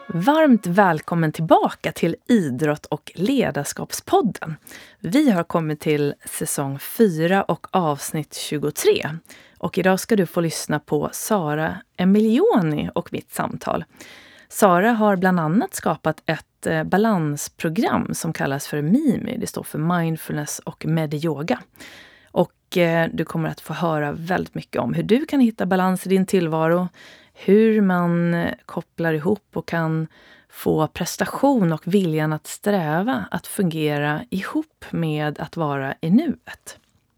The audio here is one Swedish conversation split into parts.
Varmt välkommen tillbaka till Idrott- och ledarskapspodden. Vi har kommit till säsong 4 och avsnitt 23. Och idag ska du få lyssna på Sara Emilioni och mitt samtal. Sara har bland annat skapat ett balansprogram som kallas för MIMI. Det står för Mindfulness och Med-yoga. Och du kommer att få höra väldigt mycket om hur du kan hitta balans i din tillvaro, hur man kopplar ihop och kan få prestation och viljan att sträva att fungera ihop med att vara i nuet.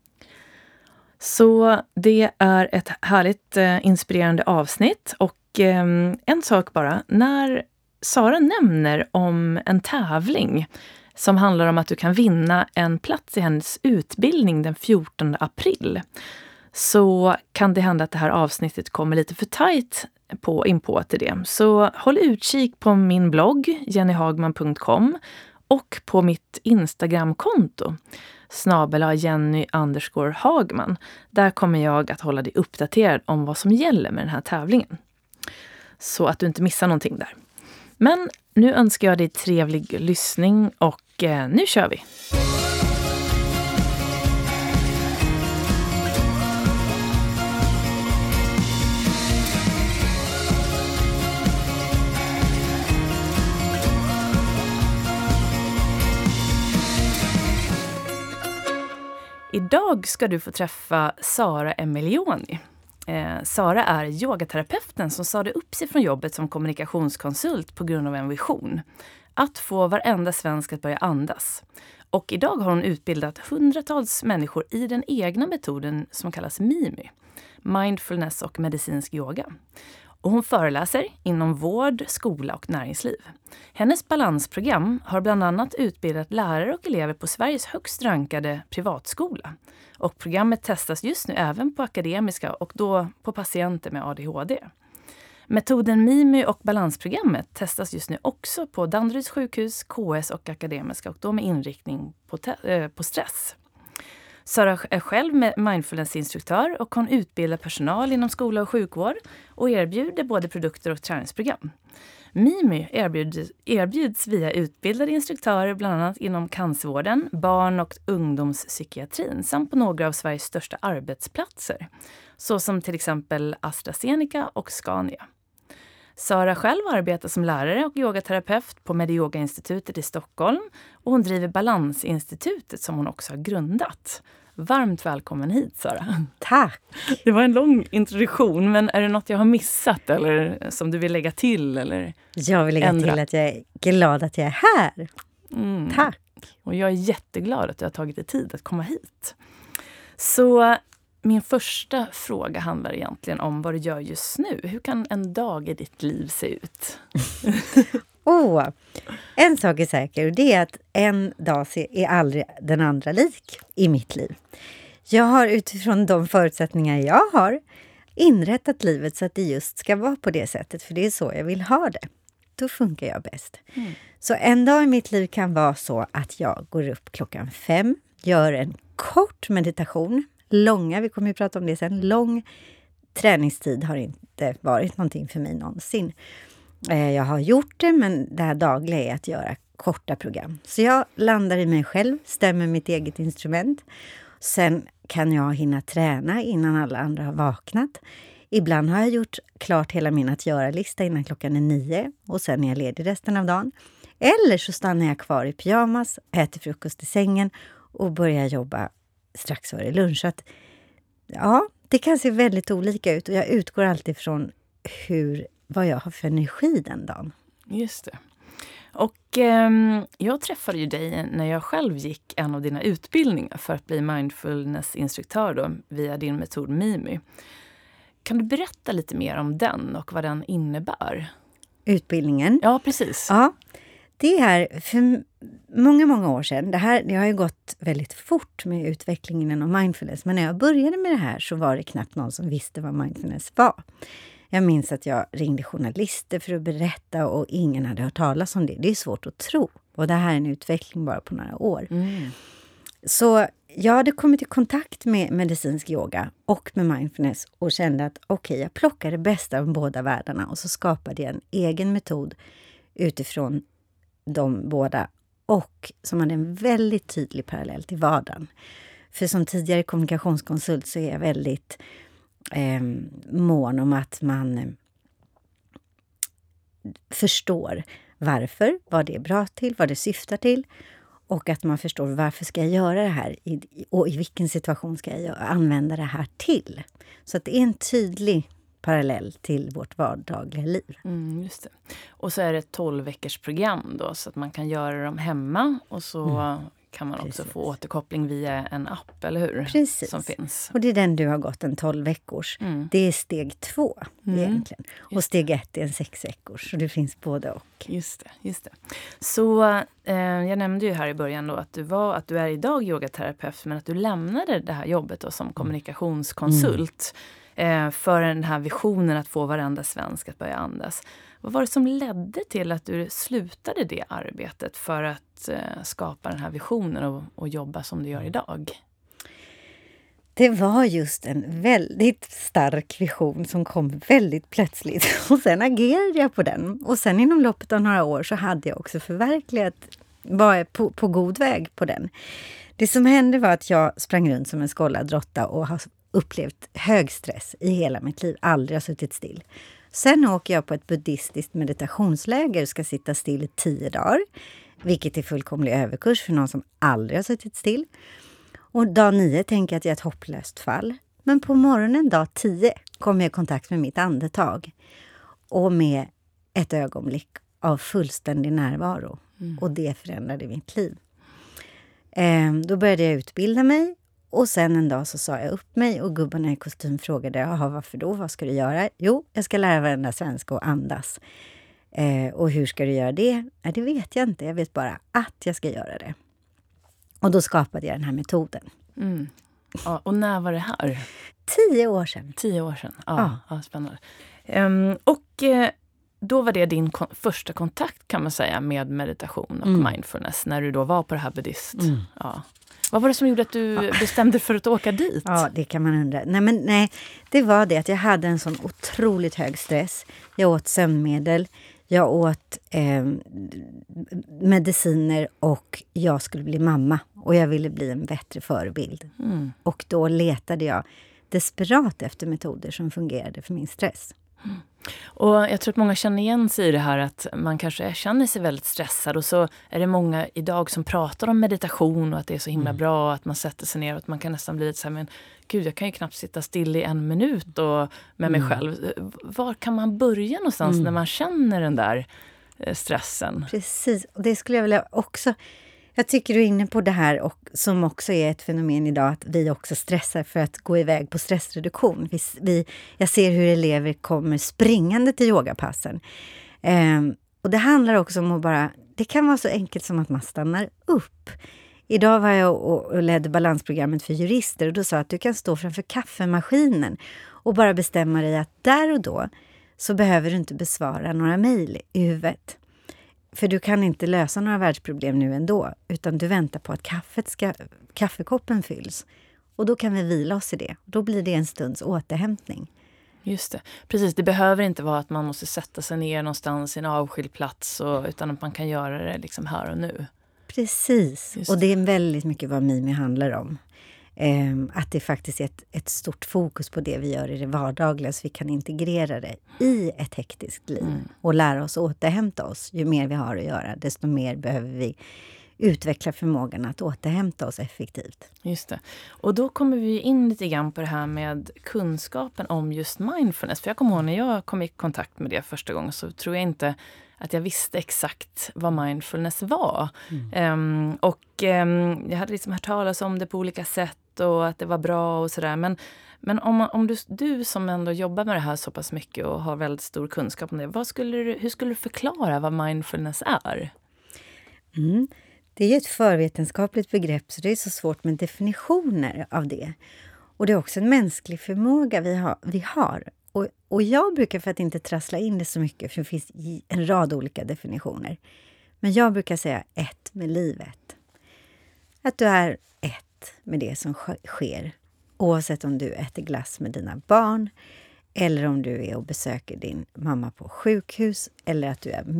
Så det är ett härligt inspirerande avsnitt. Och en sak bara, när Sara nämner om en tävling som handlar om att du kan vinna en plats i hennes utbildning den 14 april, så kan det hända att det här avsnittet kommer lite för tajt inpå till det. Så håll utkik på min blogg jennyhagman.com och på mitt Instagramkonto @Jenny_Hagman. Där kommer jag att hålla dig uppdaterad om vad som gäller med den här tävlingen. Så att du inte missar någonting där. Men nu önskar jag dig trevlig lyssning och nu kör vi! Idag ska du få träffa Sara Emilioni. Sara är yogaterapeuten som sade upp sig från jobbet som kommunikationskonsult på grund av en vision. Att få varenda svensk att börja andas. Och idag har hon utbildat hundratals människor i den egna metoden som kallas MIMI. Mindfulness och medicinsk yoga. Och hon föreläser inom vård, skola och näringsliv. Hennes balansprogram har bland annat utbildat lärare och elever på Sveriges högst rankade privatskola. Och programmet testas just nu även på akademiska och då på patienter med ADHD. Metoden MIMI och balansprogrammet testas just nu också på Danderyds sjukhus, KS och akademiska och då med inriktning på stress. Sara är själv mindfulnessinstruktör och hon utbildar personal inom skola och sjukvård och erbjuder både produkter och träningsprogram. MIMI erbjuds via utbildade instruktörer bland annat inom cancervården, barn- och ungdomspsykiatrin samt på några av Sveriges största arbetsplatser, såsom till exempel AstraZeneca och Scania. Sara själv arbetar som lärare och yogaterapeut på Med-yoga-institutet i Stockholm och hon driver Balansinstitutet som hon också har grundat. Varmt välkommen hit, Sara. Tack! Det var en lång introduktion, men är det något jag har missat eller som du vill lägga till? Eller jag vill lägga till att jag är glad att jag är här. Tack! Och jag är jätteglad att du har tagit dig tid att komma hit. Så min första fråga handlar egentligen om vad du gör just nu. Hur kan en dag i ditt liv se ut? En sak är säker och det är att en dag är aldrig den andra lik i mitt liv. Jag har utifrån de förutsättningar jag har inrättat livet så att det just ska vara på det sättet. För det är så jag vill ha det. Då funkar jag bäst. Så en dag i mitt liv kan vara så att jag går upp 5:00, gör en kort meditation. Vi kommer ju prata om det sen. Lång träningstid har inte varit någonting för mig någonsin. Jag har gjort det, men det här dagliga är att göra korta program. Så jag landar i mig själv, stämmer mitt eget instrument. Sen kan jag hinna träna innan alla andra har vaknat. Ibland har jag gjort klart hela min att göra-lista innan 9:00 och sen är jag ledig resten av dagen. Eller så stannar jag kvar i pyjamas, äter frukost i sängen och börjar jobba strax före lunch. Så att, det kan se väldigt olika ut och jag utgår alltid från vad jag har för energi den dagen. Just det. Och jag träffade ju dig när jag själv gick en av dina utbildningar för att bli mindfulnessinstruktör då, via din metod MIMI. Kan du berätta lite mer om den och vad den innebär? Utbildningen? Ja, precis. Ja, det är för många, många år sedan. Det har ju gått väldigt fort med utvecklingen inom mindfulness. Men när jag började med det här så var det knappt någon som visste vad mindfulness var. Jag minns att jag ringde journalister för att berätta och ingen hade hört talas om det. Det är svårt att tro. Och det här är en utveckling bara på några år. Så jag hade kommit i kontakt med medicinsk yoga och med mindfulness och kände att jag plockar det bästa av båda världarna och så skapade jag en egen metod utifrån de båda och som hade en väldigt tydlig parallell till vardagen. För som tidigare kommunikationskonsult så är jag väldigt mån om att man förstår varför, vad det är bra till, vad det syftar till och att man förstår varför ska jag göra det här och i vilken situation ska jag använda det här till. Så att det är en tydlig parallell till vårt vardagliga liv. Just det. Och så är det ett 12 veckors program då så att man kan göra dem hemma och så kan man också få återkoppling via en app, eller hur? Precis. Som finns. Och det är den du har gått en 12 veckors. Det är steg 2 egentligen. Och steg 1 är en 6 veckors. Så det finns både och. Just det. Så jag nämnde ju här i början då att du är idag yogaterapeut men att du lämnade det här jobbet då som kommunikationskonsult för den här visionen att få varenda svensk att börja andas. Vad var det som ledde till att du slutade det arbetet för att skapa den här visionen och jobba som du gör idag? Det var just en väldigt stark vision som kom väldigt plötsligt. Och sen agerade jag på den. Och sen inom loppet av några år så hade jag också förverkligat, var på god väg på den. Det som hände var att jag sprang runt som en skållad råtta och har upplevt hög stress i hela mitt liv. Aldrig har suttit still. Sen åker jag på ett buddhistiskt meditationsläger och ska sitta still i 10 dagar. Vilket är fullkomlig överkurs för någon som aldrig har suttit still. Och dag 9 tänker jag att jag är ett hopplöst fall. Men på morgonen dag 10 kommer jag i kontakt med mitt andetag. Och med ett ögonblick av fullständig närvaro. Och det förändrade mitt liv. Då började jag utbilda mig. Och sen en dag så sa jag upp mig och gubbarna i kostym frågade, jaha, varför då? Vad ska du göra? Jo, jag ska lära varenda svenska och andas. Och hur ska du göra det? Det vet jag inte, jag vet bara att jag ska göra det. Och då skapade jag den här metoden. Ja, och när var det här? 10 år sedan. 10 år sedan, ja. Spännande. Då var det din första kontakt kan man säga med meditation och mindfulness när du då var på det här buddhist. Ja. Vad var det som gjorde att du bestämde för att åka dit? Ja, det kan man undra. Nej, det var det att jag hade en sån otroligt hög stress. Jag åt sömnmedel, jag åt mediciner och jag skulle bli mamma. Och jag ville bli en bättre förebild. Och då letade jag desperat efter metoder som fungerade för min stress. Och jag tror att många känner igen sig i det här att man kanske känner sig väldigt stressad och så är det många idag som pratar om meditation och att det är så himla bra att man sätter sig ner och att man kan nästan bli lite så här, men gud, jag kan ju knappt sitta still i 1 minut och med mig själv. Var kan man börja någonstans när man känner den där stressen? Precis, och det skulle jag vilja också. Jag tycker du är inne på det här och som också är ett fenomen idag att vi också stressar för att gå iväg på stressreduktion. Jag ser hur elever kommer springande till yogapassen. Och det handlar också om att det kan vara så enkelt som att man stannar upp. Idag var jag och ledde balansprogrammet för jurister och då sa jag att du kan stå framför kaffemaskinen och bara bestämma dig att där och då så behöver du inte besvara några mejl i huvudet. För du kan inte lösa några världsproblem nu ändå, utan du väntar på att kaffekoppen fylls. Och då kan vi vila oss i det. Då blir det en stunds återhämtning. Just det. Precis, det behöver inte vara att man måste sätta sig ner någonstans i en avskild plats utan att man kan göra det liksom här och nu. Precis, och det är väldigt mycket vad Mimi handlar om. Att det faktiskt är ett stort fokus på det vi gör i det vardagliga så vi kan integrera det i ett hektiskt liv och lära oss återhämta oss. Ju mer vi har att göra, desto mer behöver vi utveckla förmågan att återhämta oss effektivt. Just det. Och då kommer vi in lite grann på det här med kunskapen om just mindfulness. För jag kommer ihåg när jag kom i kontakt med det första gången så tror jag inte att jag visste exakt vad mindfulness var. Jag hade liksom hört talas om det på olika sätt och att det var bra och sådär. Men om du som ändå jobbar med det här så pass mycket och har väldigt stor kunskap om det. Hur skulle du förklara vad mindfulness är? Det är ett förvetenskapligt begrepp så det är så svårt med definitioner av det. Och det är också en mänsklig förmåga vi har. Och jag brukar, för att inte trassla in det så mycket, för det finns en rad olika definitioner. Men jag brukar säga ett med livet. Att du är ett med det som sker. Oavsett om du äter glass med dina barn. Eller om du är och besöker din mamma på sjukhus. Eller att du är mitt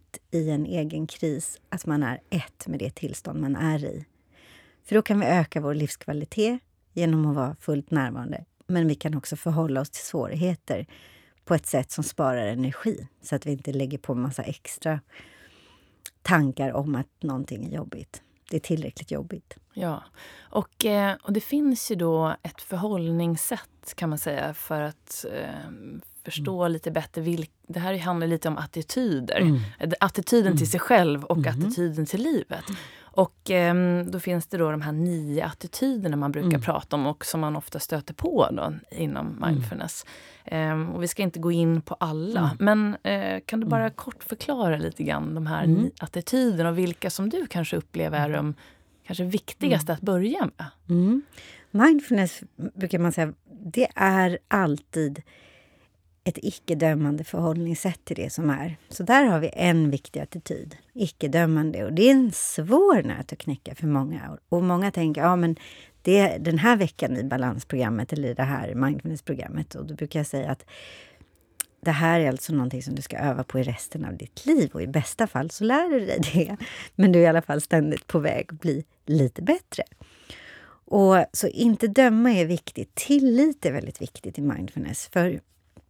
mitt i en egen kris, att man är ett med det tillstånd man är i. För då kan vi öka vår livskvalitet genom att vara fullt närvarande. Men vi kan också förhålla oss till svårigheter på ett sätt som sparar energi. Så att vi inte lägger på en massa extra tankar om att någonting är jobbigt. Det är tillräckligt jobbigt. Ja, och det finns ju då ett förhållningssätt kan man säga för att förstå lite bättre. Det här handlar lite om attityder. Attityden till sig själv och attityden till livet. Och då finns det då de här 9 attityderna man brukar prata om och som man ofta stöter på då inom mindfulness. Och vi ska inte gå in på alla. Men kan du bara kort förklara lite grann de här attityderna och vilka som du kanske upplever är de kanske viktigaste att börja med? Mindfulness brukar man säga, det är alltid ett icke-dömande förhållningssätt till det som är. Så där har vi en viktig attityd, icke-dömande. Och det är en svår nöt att knäcka för många. Och många tänker, ja men det är den här veckan i balansprogrammet eller det här mindfulnessprogrammet. Och då brukar jag säga att det här är alltså någonting som du ska öva på i resten av ditt liv. Och i bästa fall så lär du dig det. Men du är i alla fall ständigt på väg att bli lite bättre. Och så inte döma är viktigt. Tillit är väldigt viktigt i mindfulness. För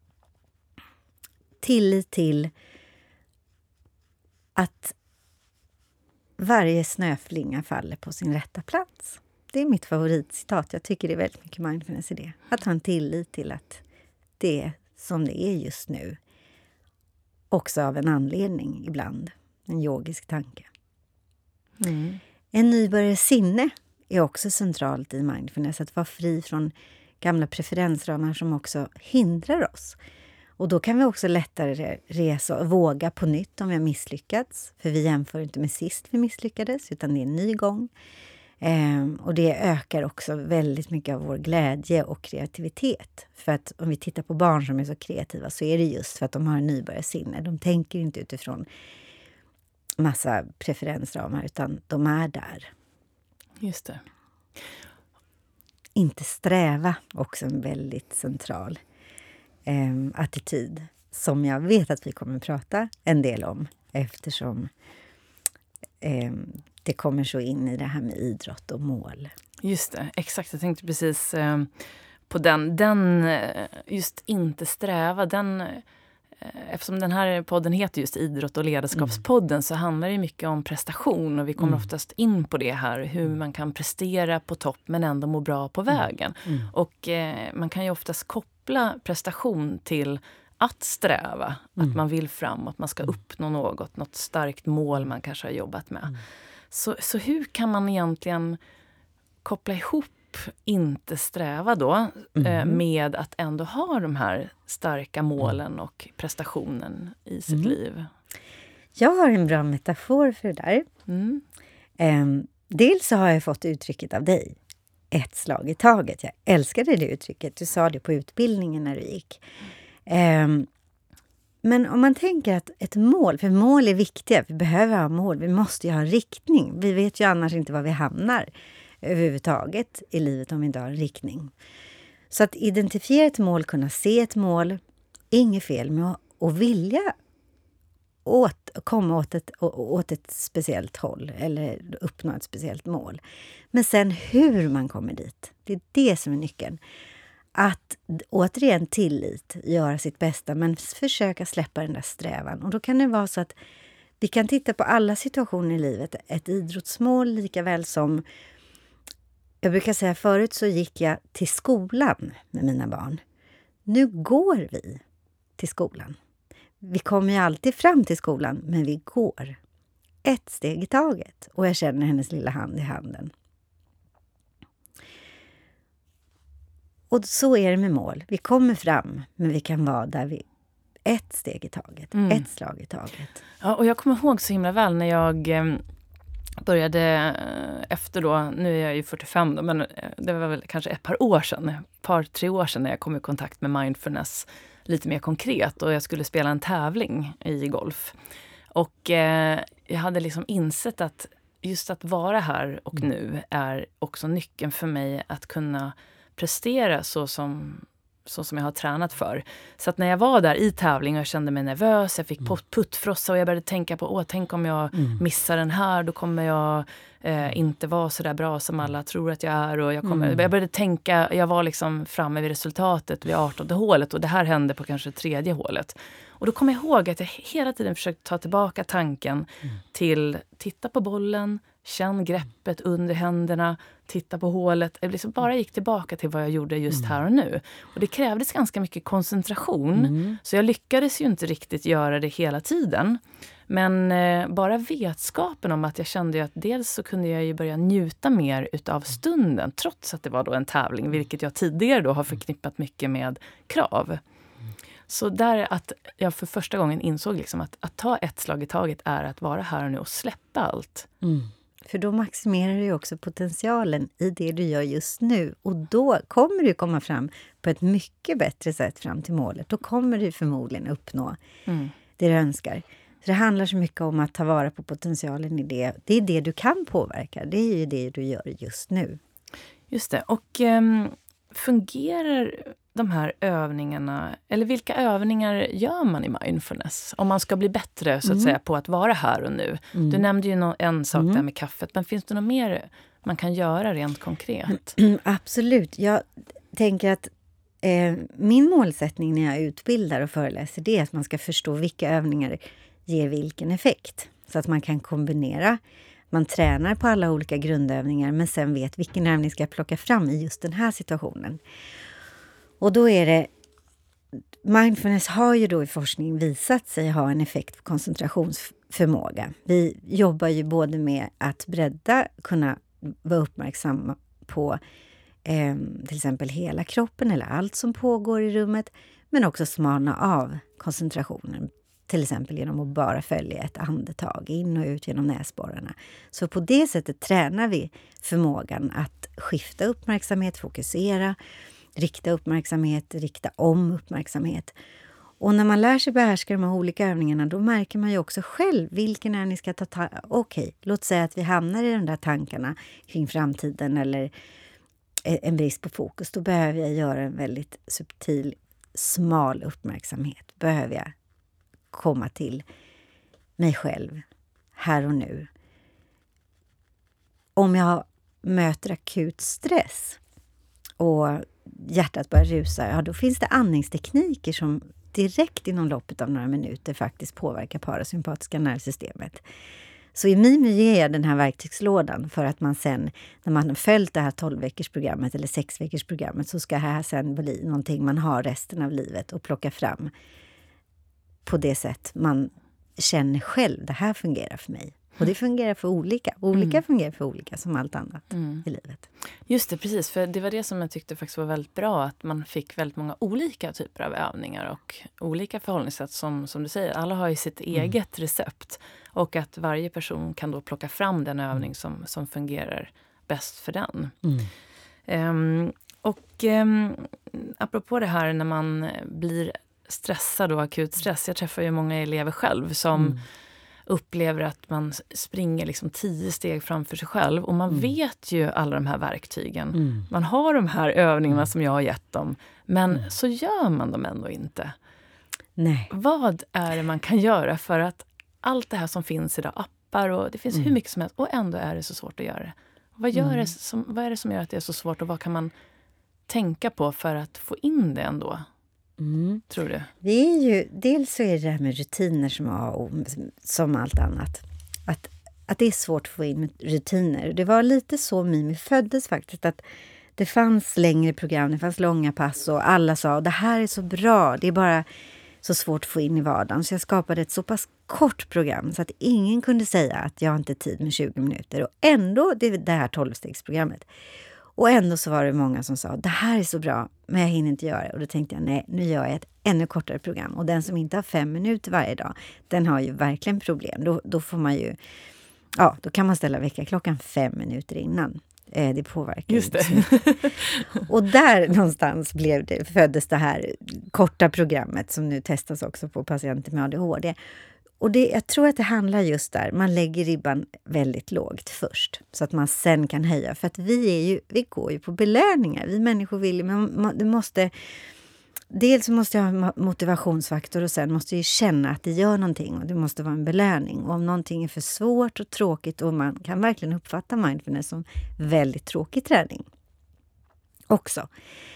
tillit till att varje snöflinga faller på sin rätta plats. Det är mitt favoritcitat. Jag tycker det är väldigt mycket mindfulness i det. Att ha en tillit till att det är som det är just nu. Också av en anledning ibland. En yogisk tanke. En nybörjares sinne är också centralt i mindfulness. Att vara fri från gamla preferensramar som också hindrar oss. Och då kan vi också lättare resa och våga på nytt om vi har misslyckats. För vi jämför inte med sist vi misslyckades, utan det är en ny gång. Och det ökar också väldigt mycket av vår glädje och kreativitet. För att om vi tittar på barn som är så kreativa så är det just för att de har en nybörjarsinne. De tänker inte utifrån massa preferensramar, utan de är där. Just det. Inte sträva, också en väldigt central attityd som jag vet att vi kommer att prata en del om eftersom det kommer så in i det här med idrott och mål. Just det, exakt. Jag tänkte precis på den just inte sträva, eftersom den här podden heter just idrott- och ledarskapspodden så handlar det mycket om prestation och vi kommer oftast in på det här, hur man kan prestera på topp men ändå må bra på vägen. Och man kan ju oftast koppla prestation till att sträva, att man vill fram, att man ska uppnå något starkt mål man kanske har jobbat med. Så hur kan man egentligen koppla ihop inte sträva då med att ändå ha de här starka målen och prestationen i sitt liv? Jag har en bra metafor för det där. Dels så har jag fått uttrycket av dig, ett slag i taget. Jag älskade det uttrycket. Du sa det på utbildningen när du gick. Men om man tänker att ett mål, för mål är viktiga, vi behöver ha mål, vi måste ju ha en riktning. Vi vet ju annars inte var vi hamnar överhuvudtaget i livet om vi inte har en riktning. Så att identifiera ett mål, kunna se ett mål, inget fel med att vilja komma åt ett speciellt håll eller uppnå ett speciellt mål. Men sen hur man kommer dit, det är det som är nyckeln. Att återigen tillit, göra sitt bästa men försöka släppa den där strävan. Och då kan det vara så att vi kan titta på alla situationer i livet. Ett idrottsmål lika väl som, jag brukar säga förut så gick jag till skolan med mina barn. Nu går vi till skolan. Vi kommer ju alltid fram till skolan men vi går ett steg i taget. Och jag känner hennes lilla hand i handen. Och så är det med mål. Vi kommer fram, men vi kan vara där vi ett steg i taget. Ett slag i taget. Ja, och jag kommer ihåg så himla väl när jag började efter då, nu är jag ju 45 då, men det var väl kanske ett par år sedan, 3 år sedan när jag kom i kontakt med mindfulness lite mer konkret och jag skulle spela en tävling i golf. Och jag hade liksom insett att just att vara här och nu är också nyckeln för mig att kunna prestera så som så som jag har tränat för. Så att när jag var där i tävling och jag kände mig nervös, jag fick puttfrossa och jag började tänka på, tänk om jag missar den här, då kommer jag inte vara så där bra som alla tror att jag är. Och jag började tänka, jag var liksom framme vid resultatet vid 18:e hålet och det här hände på kanske 3:e hålet. Och då kom jag ihåg att jag hela tiden försökte ta tillbaka tanken till titta på bollen, känn greppet under händerna, titta på hålet. Jag liksom bara gick tillbaka till vad jag gjorde just här och nu. Och det krävdes ganska mycket koncentration. Så jag lyckades ju inte riktigt göra det hela tiden. Men bara vetskapen om att jag kände att dels så kunde jag ju börja njuta mer utav stunden. Trots att det var då en tävling, vilket jag tidigare då har förknippat mycket med krav. Så där att jag för första gången insåg liksom att ta ett slag i taget är att vara här och nu och släppa allt. För då maximerar du också potentialen i det du gör just nu. Och då kommer du komma fram på ett mycket bättre sätt fram till målet. Då kommer du förmodligen uppnå det du önskar. Så det handlar så mycket om att ta vara på potentialen i det. Det är det du kan påverka. Det är ju det du gör just nu. Just det. Och fungerar de här övningarna, eller vilka övningar gör man i mindfulness? Om man ska bli bättre så att säga på att vara här och nu. Du nämnde ju en sak där med kaffet, men finns det något mer man kan göra rent konkret? Absolut. Jag tänker att min målsättning när jag utbildar och föreläser det är att man ska förstå vilka övningar ger vilken effekt. Så att man kan kombinera. Man tränar på alla olika grundövningar men sen vet vilken övning ska jag plocka fram i just den här situationen. Och då är det, mindfulness har ju då i forskning visat sig ha en effekt på koncentrationsförmåga. Vi jobbar ju både med att bredda, kunna vara uppmärksamma på till exempel hela kroppen eller allt som pågår i rummet, men också smalna av koncentrationen. Till exempel genom att bara följa ett andetag in och ut genom näsborrarna. Så på det sättet tränar vi förmågan att skifta uppmärksamhet, fokusera, rikta uppmärksamhet, rikta om uppmärksamhet. Och när man lär sig behärska de här olika övningarna, då märker man ju också själv vilken övning ska ta. Okej, låt säga att vi hamnar i de där tankarna kring framtiden eller en brist på fokus. Då behöver jag göra en väldigt subtil, smal uppmärksamhet. Behöver jag komma till mig själv här och nu. Om jag möter akut stress och hjärtat börjar rusa, ja, då finns det andningstekniker som direkt inom loppet av några minuter faktiskt påverkar parasympatiska nervsystemet. Så i Mimi ger jag den här verktygslådan för att man sen, när man har följt det här 12-veckorsprogrammet eller 6-veckorsprogrammet, så ska här sen bli någonting man har resten av livet och plocka fram på det sätt man känner själv. Det här fungerar för mig. Och det fungerar för olika. Olika fungerar för olika, som allt annat i livet. Just det, precis. För det var det som jag tyckte faktiskt var väldigt bra. Att man fick väldigt många olika typer av övningar och olika förhållningssätt. Som du säger, alla har ju sitt eget recept. Och att varje person kan då plocka fram den övning som fungerar bäst för den. Apropå det här när man blir stressad och akut stress. Jag träffar ju många elever själv som upplever att man springer liksom 10 steg framför sig själv. Och man vet ju alla de här verktygen. Man har de här övningarna som jag har gett dem. Men så gör man dem ändå inte. Nej. Vad är det man kan göra för att allt det här som finns idag, appar och det finns hur mycket som helst, och ändå är det så svårt att göra det. Vad är det som gör att det är så svårt och vad kan man tänka på för att få in det ändå? Tror du? Det är ju, dels så är det här med rutiner som allt annat. Att det är svårt att få in rutiner. Det var lite så Mimi föddes faktiskt. Att det fanns längre program, det fanns långa pass och alla sa det här är så bra. Det är bara så svårt att få in i vardagen. Så jag skapade ett så pass kort program så att ingen kunde säga att jag har inte tid med 20 minuter. Och ändå, det här 12-stegsprogrammet. Och ändå så var det många som sa, det här är så bra, men jag hinner inte göra det. Och då tänkte jag, nej, nu gör jag ett ännu kortare program. Och den som inte har 5 minuter varje dag, den har ju verkligen problem. Då får man ju, ja, då kan man ställa väckarklockan 5 minuter innan. Det påverkar just det. Och där någonstans föddes det här korta programmet som nu testas också på patienter med ADHD. Och jag tror att det handlar just där. Man lägger ribban väldigt lågt först. Så att man sen kan höja. För att vi går ju på belöningar. Vi människor vill ju. Men dels så måste jag ha motivationsfaktor och sen måste jag känna att det gör någonting och det måste vara en belöning. Och om någonting är för svårt och tråkigt och man kan verkligen uppfatta mindfulness som väldigt tråkig träning också.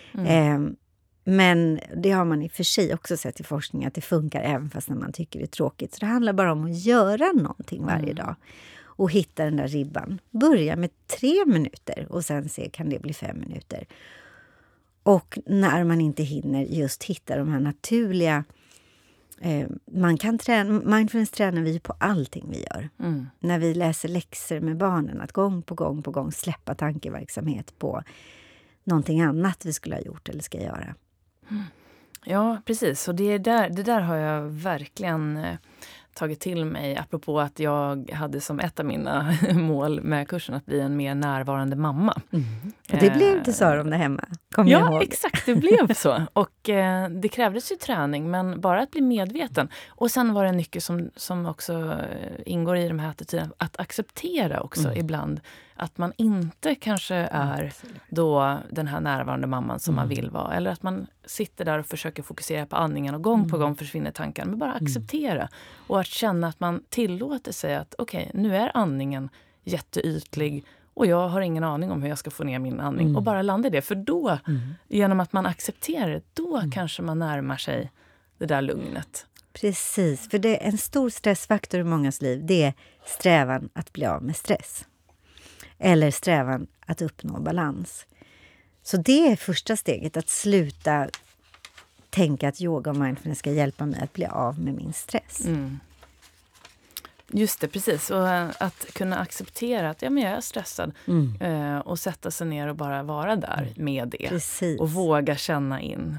Men det har man i och för sig också sett i forskning att det funkar även fast när man tycker det är tråkigt. Så det handlar bara om att göra någonting varje dag och hitta den där ribban. Börja med 3 minuter och sen se kan det bli 5 minuter. Och när man inte hinner just hitta de här naturliga... man kan mindfulness tränar vi på allting vi gör. När vi läser läxor med barnen, att gång på gång släppa tankeverksamhet på någonting annat vi skulle ha gjort eller ska göra. Ja, precis. Och det där har jag verkligen tagit till mig, apropå att jag hade som ett av mina mål med kursen att bli en mer närvarande mamma. Och det blev inte så om det hemma, kommer jag ihåg. Exakt, det blev så. Och det krävdes ju träning, men bara att bli medveten. Och sen var det en nyckel som också ingår i de här attityderna, att acceptera också ibland att man inte kanske är då den här närvarande mamman som man vill vara. Eller att man sitter där och försöker fokusera på andningen och gång på gång försvinner tanken. Men bara acceptera. Och att känna att man tillåter sig att okej, nu är andningen jätteytlig och jag har ingen aning om hur jag ska få ner min andning. Och bara landa i det. För då, genom att man accepterar det, då kanske man närmar sig det där lugnet. Precis, för det är en stor stressfaktor i mångas liv. Det är strävan att bli av med stress. Eller strävan att uppnå balans. Så det är första steget, att sluta tänka att yoga och mindfulness ska hjälpa mig att bli av med min stress. Just det, precis. Och att kunna acceptera att jag är stressad och sätta sig ner och bara vara där med det. Precis. Och våga känna in.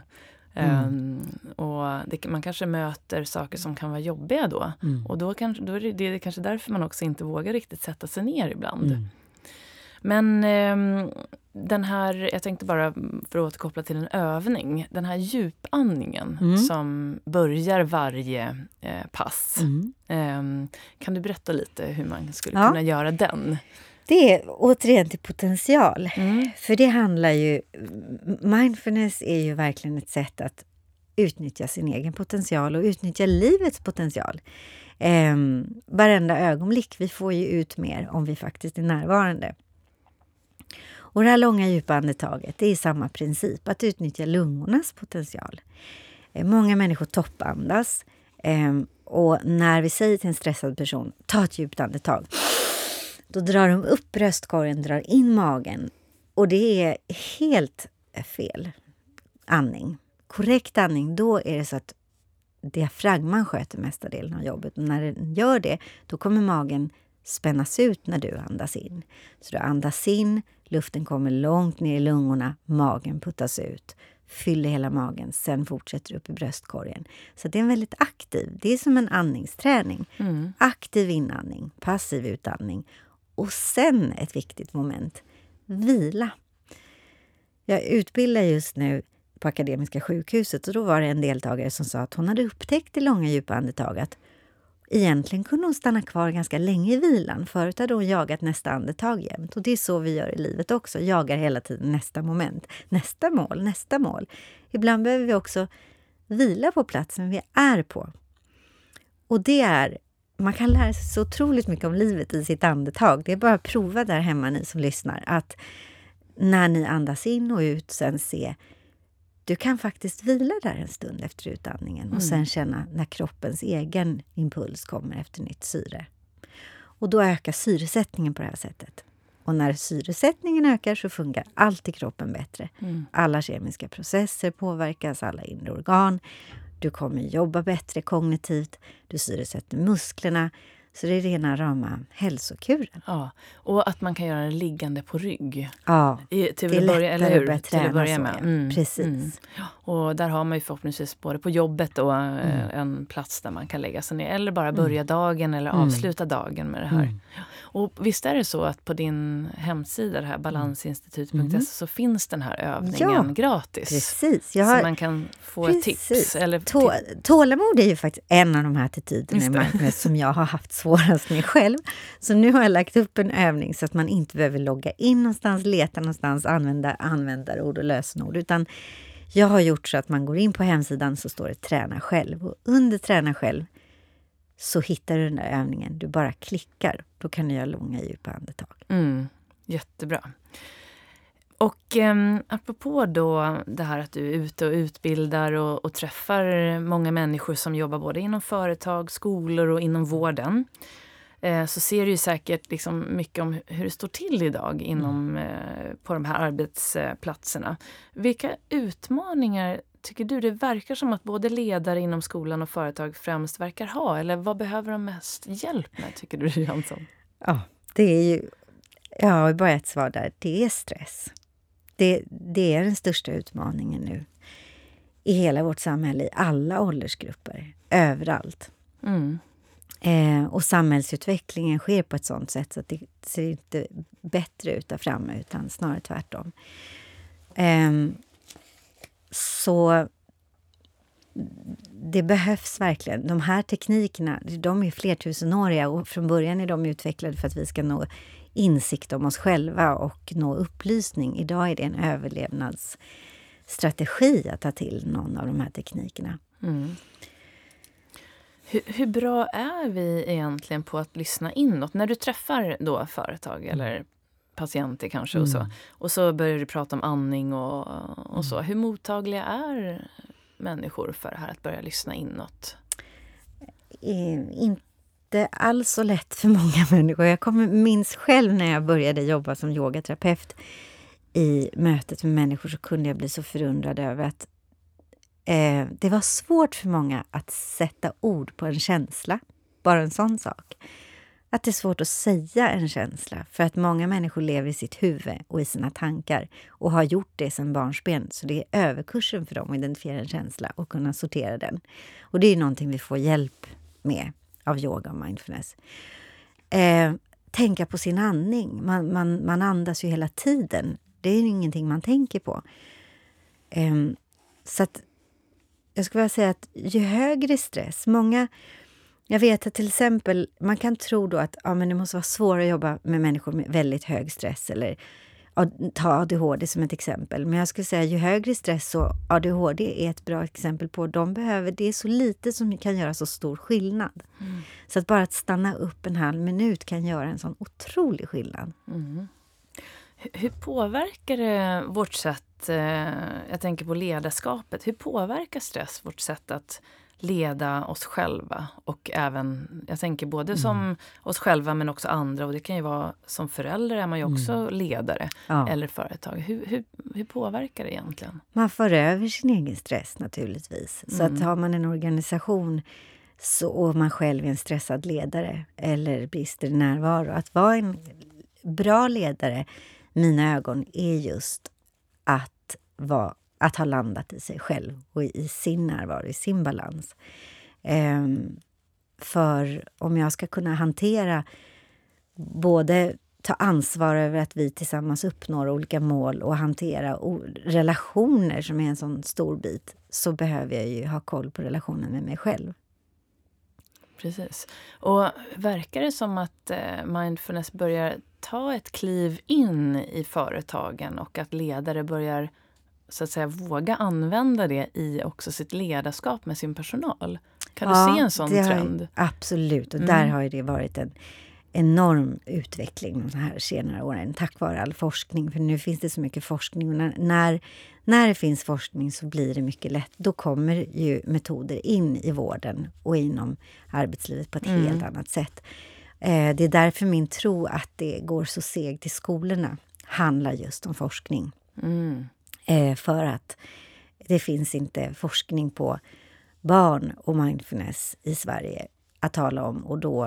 Och man kanske möter saker som kan vara jobbiga då. Och då är det kanske därför man också inte vågar riktigt sätta sig ner ibland. Men den här, jag tänkte bara för att återkoppla till en övning, den här djupandningen som börjar varje pass. Kan du berätta lite hur man skulle kunna göra den? Det är återigen till potential. För det handlar ju, mindfulness är ju verkligen ett sätt att utnyttja sin egen potential och utnyttja livets potential. Varenda ögonblick, vi får ju ut mer om vi faktiskt är närvarande. Och det här långa djupa andetaget, det är samma princip, att utnyttja lungornas potential. Många människor toppandas och när vi säger till en stressad person, ta ett djupt andetag, då drar de upp bröstkorgen, drar in magen och det är helt fel andning. Korrekt andning, då är det så att diafragman sköter mesta delen av jobbet. Och när den gör det, då kommer magen spännas ut när du andas in. Så du andas in, luften kommer långt ner i lungorna, magen puttas ut, fyller hela magen, sen fortsätter upp i bröstkorgen. Så det är en väldigt aktiv, det är som en andningsträning. Aktiv inandning, passiv utandning. Och sen ett viktigt moment, vila. Jag utbildar just nu på Akademiska sjukhuset och då var det en deltagare som sa att hon hade upptäckt det långa djupa andetaget. Egentligen kunde hon stanna kvar ganska länge i vilan. Förut hade hon jagat nästa andetag jämt. Och det är så vi gör i livet också. Jagar hela tiden nästa moment. Nästa mål, nästa mål. Ibland behöver vi också vila på platsen vi är på. Och det är, man kan lära sig så otroligt mycket om livet i sitt andetag. Det är bara att prova där hemma, ni som lyssnar. Att när ni andas in och ut, sen se, du kan faktiskt vila där en stund efter utandningen och sen känna när kroppens egen impuls kommer efter nytt syre. Och då ökar syresättningen på det här sättet. Och när syresättningen ökar så funkar allt i kroppen bättre. Alla kemiska processer påverkas, alla inre organ. Du kommer jobba bättre kognitivt, du syresätter musklerna. Så det är rena rama hälsokuren. Ja, och att man kan göra det liggande på rygg. Ja, det är lättare att börja träna med. Precis. Och där har man ju förhoppningsvis både på jobbet och en plats där man kan lägga sig ner. Eller bara börja dagen eller avsluta dagen med det här. Och visst är det så att på din hemsida, det här balansinstitut.se, så finns den här övningen gratis. Precis. Så man kan få ett tips. Eller tålamod är ju faktiskt en av de här attityderna i mindfulness som jag har haft svårast med själv. Så nu har jag lagt upp en övning så att man inte behöver logga in någonstans, leta någonstans, använda användarord och lösenord. Utan Jag har gjort så att man går in på hemsidan så står det träna själv. Och under träna själv så hittar du den där övningen. Du bara klickar. Då kan du göra långa djupa andetag. Jättebra. Och apropå då det här att du är ute och utbildar och träffar många människor som jobbar både inom företag, skolor och inom vården. Så ser du ju säkert liksom mycket om hur det står till idag på de här arbetsplatserna. Vilka utmaningar tycker du det verkar som att både ledare inom skolan och företag främst verkar ha? Eller vad behöver de mest hjälp med, tycker du, Jansson? Ja, det är ju... Ja, bara ett svar där. Det är stress. Det är den största utmaningen nu. I hela vårt samhälle, i alla åldersgrupper. Överallt. Och samhällsutvecklingen sker på ett sånt sätt så att det ser inte bättre ut där framme, utan snarare tvärtom. Så det behövs verkligen. De här teknikerna, de är flertusenåriga och från början är de utvecklade för att vi ska nå insikt om oss själva och nå upplysning. Idag är det en överlevnadsstrategi att ta till någon av de här teknikerna. Hur bra är vi egentligen på att lyssna inåt? När du träffar då företag eller patienter kanske och så börjar du prata om andning och så. Hur mottagliga är människor för det här att börja lyssna inåt? Inte alls så lätt för många människor. Jag minns själv när jag började jobba som yogaterapeut i mötet med människor, så kunde jag bli så förundrad över att det var svårt för många att sätta ord på en känsla. Bara en sån sak. Att det är svårt att säga en känsla. För att många människor lever i sitt huvud och i sina tankar. Och har gjort det sedan barnsben. Så det är överkursen för dem att identifiera en känsla och kunna sortera den. Och det är någonting vi får hjälp med av yoga och mindfulness. Tänka på sin andning. Man andas ju hela tiden. Det är ingenting man tänker på. Så att jag skulle vilja säga att ju högre stress, jag vet att till exempel man kan tro då att men det måste vara svårare att jobba med människor med väldigt hög stress, eller ta ADHD som ett exempel. Men jag skulle säga ju högre stress, så ADHD är ett bra exempel på, det är så lite som kan göra så stor skillnad. Så att bara att stanna upp en halv minut kan göra en sån otrolig skillnad. Hur påverkar det vårt sätt, jag tänker på ledarskapet, hur påverkar stress vårt sätt att leda oss själva och även, jag tänker både som oss själva men också andra, och det kan ju vara som förälder är man ju också ledare eller företag. Hur påverkar det egentligen? Man för över sin egen stress naturligtvis. Så att har man en organisation och man själv är en stressad ledare eller brister i närvaro, att vara en bra ledare, mina ögon, är just att ha landat i sig själv och i sin närvaro, i sin balans. För om jag ska kunna hantera, både ta ansvar över att vi tillsammans uppnår olika mål och hantera relationer som är en sån stor bit, så behöver jag ju ha koll på relationen med mig själv. Precis. Och verkar det som att mindfulness börjar ta ett kliv in i företagen och att ledare börjar så att säga våga använda det i också sitt ledarskap med sin personal? Kan du se en sån trend? Absolut, och där har ju det varit en enorm utveckling de här senare åren tack vare all forskning. För nu finns det så mycket forskning, och när det finns forskning så blir det mycket lätt. Då kommer ju metoder in i vården och inom arbetslivet på ett helt annat sätt. Det är därför min tro att det går så segt till skolorna handlar just om forskning. För att det finns inte forskning på barn och mindfulness i Sverige att tala om. Och då,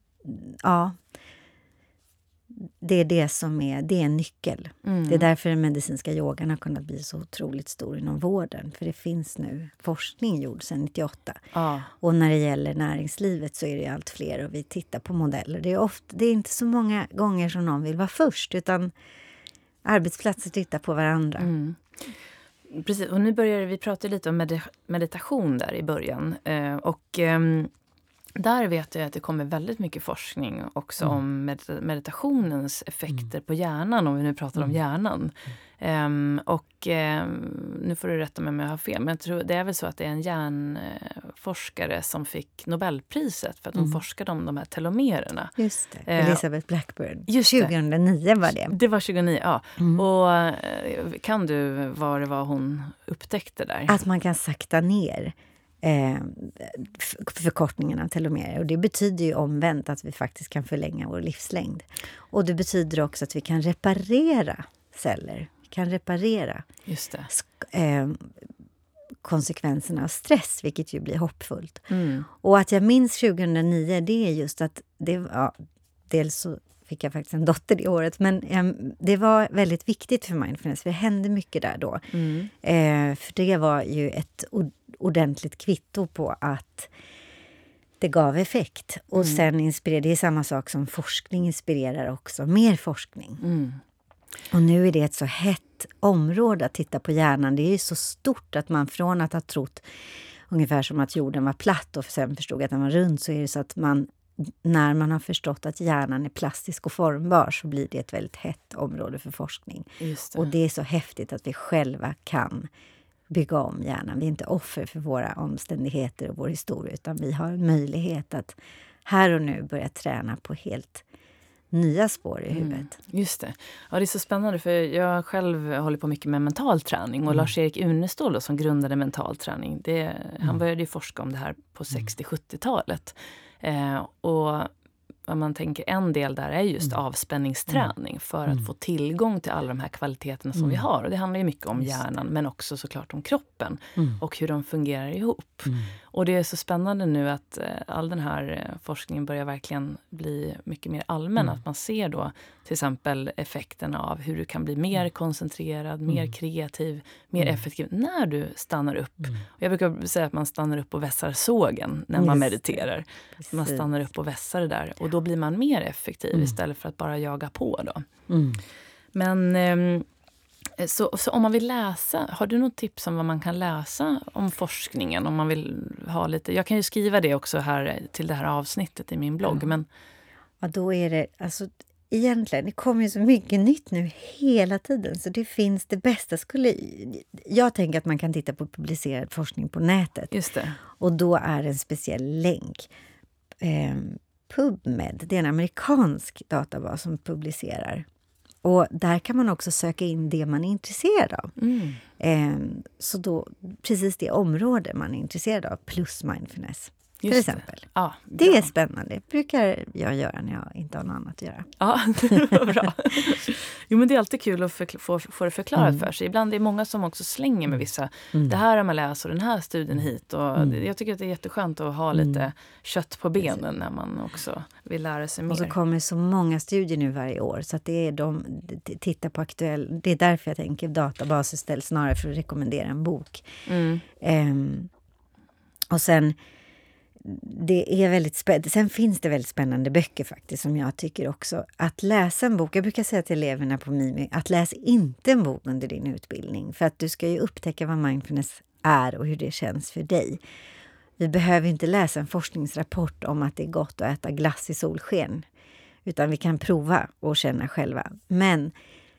det är det som är en nyckel. Det är därför den medicinska yogan har kunnat bli så otroligt stor inom vården. För det finns nu forskning gjord sedan 98. Och när det gäller näringslivet så är det allt fler, och vi tittar på modeller. Det är inte så många gånger som någon vill vara först, utan arbetsplatser tittar på varandra. Precis, och nu börjar vi prata lite om meditation där i början. Och där vet jag att det kommer väldigt mycket forskning också om meditationens effekter på hjärnan, om vi nu pratar om hjärnan. Nu får du rätta mig om jag har fel, men jag tror det är väl så att det är en hjärnforskare som fick Nobelpriset för att hon forskade om de här telomererna. Just det, Elizabeth Blackburn. Just 2009 var det. Det var 2009, ja. Och kan du vad det var hon upptäckte där? Att man kan sakta ner förkortningen av telomerer. Och det betyder ju omvänt att vi faktiskt kan förlänga vår livslängd. Och det betyder också att vi kan reparera celler. Vi kan reparera Just det. Konsekvenserna av stress, vilket ju blir hoppfullt. Och att jag minns 2009, det är just att dels så fick jag faktiskt en dotter det året, men det var väldigt viktigt för mindfulness, för det hände mycket där då. För det var ju ett ordentligt kvitto på att det gav effekt. Och sen inspirerade, det är samma sak som forskning inspirerar också, mer forskning. Och nu är det ett så hett område att titta på hjärnan. Det är ju så stort att man från att ha trott ungefär som att jorden var platt och sen förstod att den var rund, så är det så att när man har förstått att hjärnan är plastisk och formbar, så blir det ett väldigt hett område för forskning. Just det. Och det är så häftigt att vi själva kan bygga om hjärnan. Vi är inte offer för våra omständigheter och vår historia, utan vi har en möjlighet att här och nu börja träna på helt nya spår i huvudet. Just det. Ja, det är så spännande, för jag själv håller på mycket med mental träning, och Lars-Erik Unestål då, som grundade mental träning, han började ju forska om det här på 60-70-talet. Och om man tänker, en del där är just avspänningsträning för att få tillgång till alla de här kvaliteterna som vi har. Och det handlar ju mycket om hjärnan, men också såklart om kroppen och hur de fungerar ihop. Och det är så spännande nu att all den här forskningen börjar verkligen bli mycket mer allmän. Att man ser då till exempel effekterna av hur du kan bli mer koncentrerad, mer kreativ, mer effektiv när du stannar upp. Och jag brukar säga att man stannar upp och vässar sågen när man mediterar. Man stannar upp och vässar det där. Och då blir man mer effektiv istället för att bara jaga på då. Men så om man vill läsa, har du något tips om vad man kan läsa om forskningen? Om man vill ha lite, jag kan ju skriva det också här till det här avsnittet i min blogg. Men ja, då är det, alltså egentligen, det kommer ju så mycket nytt nu hela tiden, så det finns det bästa. Jag tänker att man kan titta på publicerad forskning på nätet. Just det. Och då är det en speciell länk. PubMed, det är en amerikansk databas som publicerar. Och där kan man också söka in det man är intresserad av. Så då, precis det område man är intresserad av, plus mindfulness. Till exempel. Ja, det är spännande. Det brukar jag göra när jag inte har något annat att göra. Ja, det var bra. Jo, men det är alltid kul att få det förklarat för sig. Ibland är det många som också slänger med vissa. Det här har man läst och den här studien hit. Och jag tycker att det är jätteskönt att ha lite kött på benen när man också vill lära sig mer. Och så kommer så många studier nu varje år. Så att det är titta på aktuell. Det är därför jag tänker databaser ställs snarare för att rekommendera en bok. Och sen det är väldigt sen finns det väldigt spännande böcker faktiskt, som jag tycker också. Att läsa en bok, jag brukar säga till eleverna på Mimi, att läs inte en bok under din utbildning. För att du ska ju upptäcka vad mindfulness är och hur det känns för dig. Vi behöver inte läsa en forskningsrapport om att det är gott att äta glass i solsken. Utan vi kan prova och känna själva. Men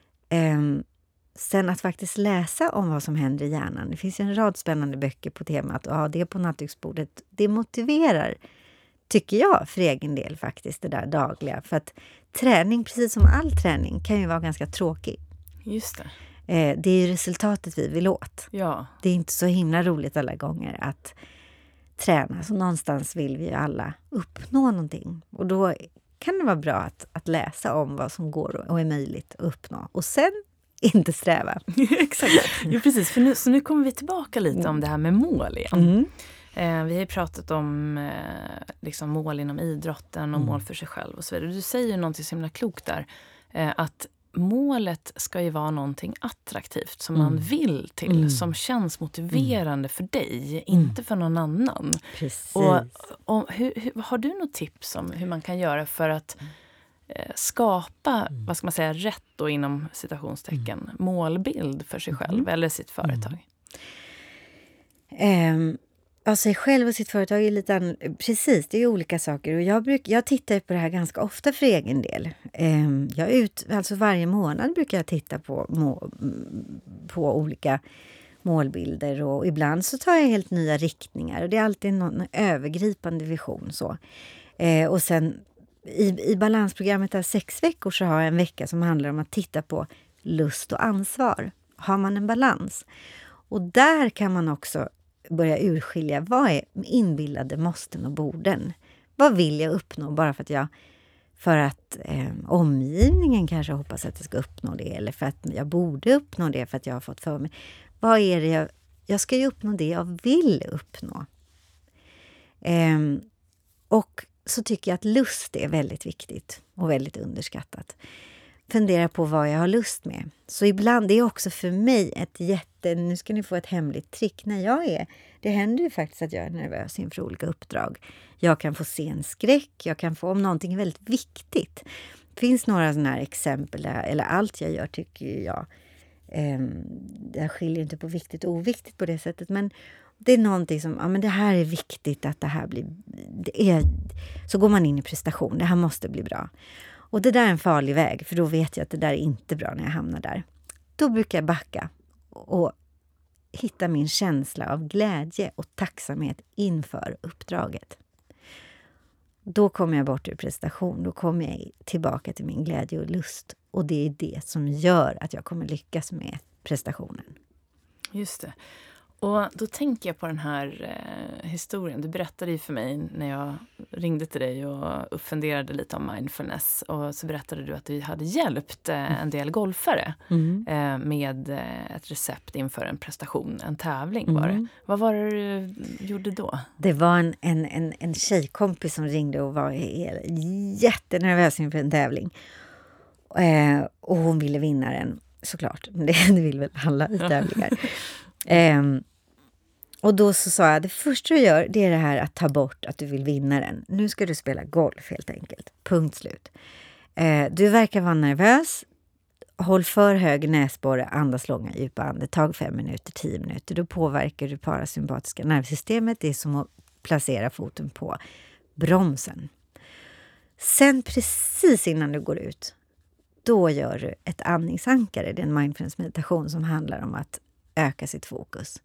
sen att faktiskt läsa om vad som händer i hjärnan. Det finns en rad spännande böcker på temat, och ha det på nattduksbordet. Det motiverar, tycker jag, för egen del faktiskt, det där dagliga. För att träning, precis som all träning, kan ju vara ganska tråkig. Just det. Det är ju resultatet vi vill åt. Ja. Det är inte så himla roligt alla gånger att träna. Så någonstans vill vi ju alla uppnå någonting. Och då kan det vara bra att läsa om vad som går och är möjligt att uppnå. Och sen inte sträva. Exakt. Jo, precis. För nu kommer vi tillbaka lite om det här med mål igen. Vi har ju pratat om liksom mål inom idrotten och mål för sig själv och så vidare. Du säger ju någonting så himla klokt där. Att målet ska ju vara någonting attraktivt som man vill till. Som känns motiverande för dig, inte för någon annan. Precis. Och har du något tips om hur man kan göra för att skapa, vad ska man säga, rätt då inom citationstecken, målbild för sig själv eller sitt företag? Ja, sig själv och sitt företag är lite precis, det är ju olika saker. Och jag tittar på det här ganska ofta för egen del. Alltså varje månad brukar jag titta på olika målbilder, och ibland så tar jag helt nya riktningar, och det är alltid någon övergripande vision. Så. Och sen i balansprogrammet av 6 veckor så har jag en vecka som handlar om att titta på lust och ansvar. Har man en balans? Och där kan man också börja urskilja vad är inbillade måsten och borden. Vad vill jag uppnå bara för att omgivningen kanske hoppas att jag ska uppnå det, eller för att jag borde uppnå det för att jag har fått för mig. Vad är det jag ska ju uppnå det jag vill uppnå. Och så tycker jag att lust är väldigt viktigt och väldigt underskattat. Fundera på vad jag har lust med. Så ibland, det är också för mig nu ska ni få ett hemligt trick det händer ju faktiskt att jag är nervös inför olika uppdrag. Jag kan få scenskräck, jag kan få, om någonting är väldigt viktigt. Det finns några sådana här exempel, eller allt jag gör tycker jag, jag skiljer inte på viktigt och oviktigt på det sättet, men det är någonting som, men det här är viktigt att det här blir, så går man in i prestation, det här måste bli bra. Och det där är en farlig väg, för då vet jag att det där är inte bra när jag hamnar där. Då brukar jag backa och hitta min känsla av glädje och tacksamhet inför uppdraget. Då kommer jag bort ur prestation, då kommer jag tillbaka till min glädje och lust. Och det är det som gör att jag kommer lyckas med prestationen. Just det. Och då tänker jag på den här historien. Du berättade ju för mig när jag ringde till dig och funderade lite om mindfulness. Och så berättade du att du hade hjälpt en del golfare med ett recept inför en prestation, en tävling var det. Vad var det du gjorde då? Det var en tjejkompis som ringde och var jättenervös inför en tävling. Och hon ville vinna den, såklart. Det vill väl alla i tävlingar. Och då så sa jag, det första du gör, det är det här att ta bort att du vill vinna den. Nu ska du spela golf helt enkelt. Punkt slut. Du verkar vara nervös. Håll för hög näsborre, andas långa djupa andetag 5 minuter, 10 minuter. Då påverkar du parasympatiska nervsystemet. Det är som att placera foten på bromsen. Sen precis innan du går ut, då gör du ett andningsankare. Det är en mindfulness meditation som handlar om att öka sitt fokus.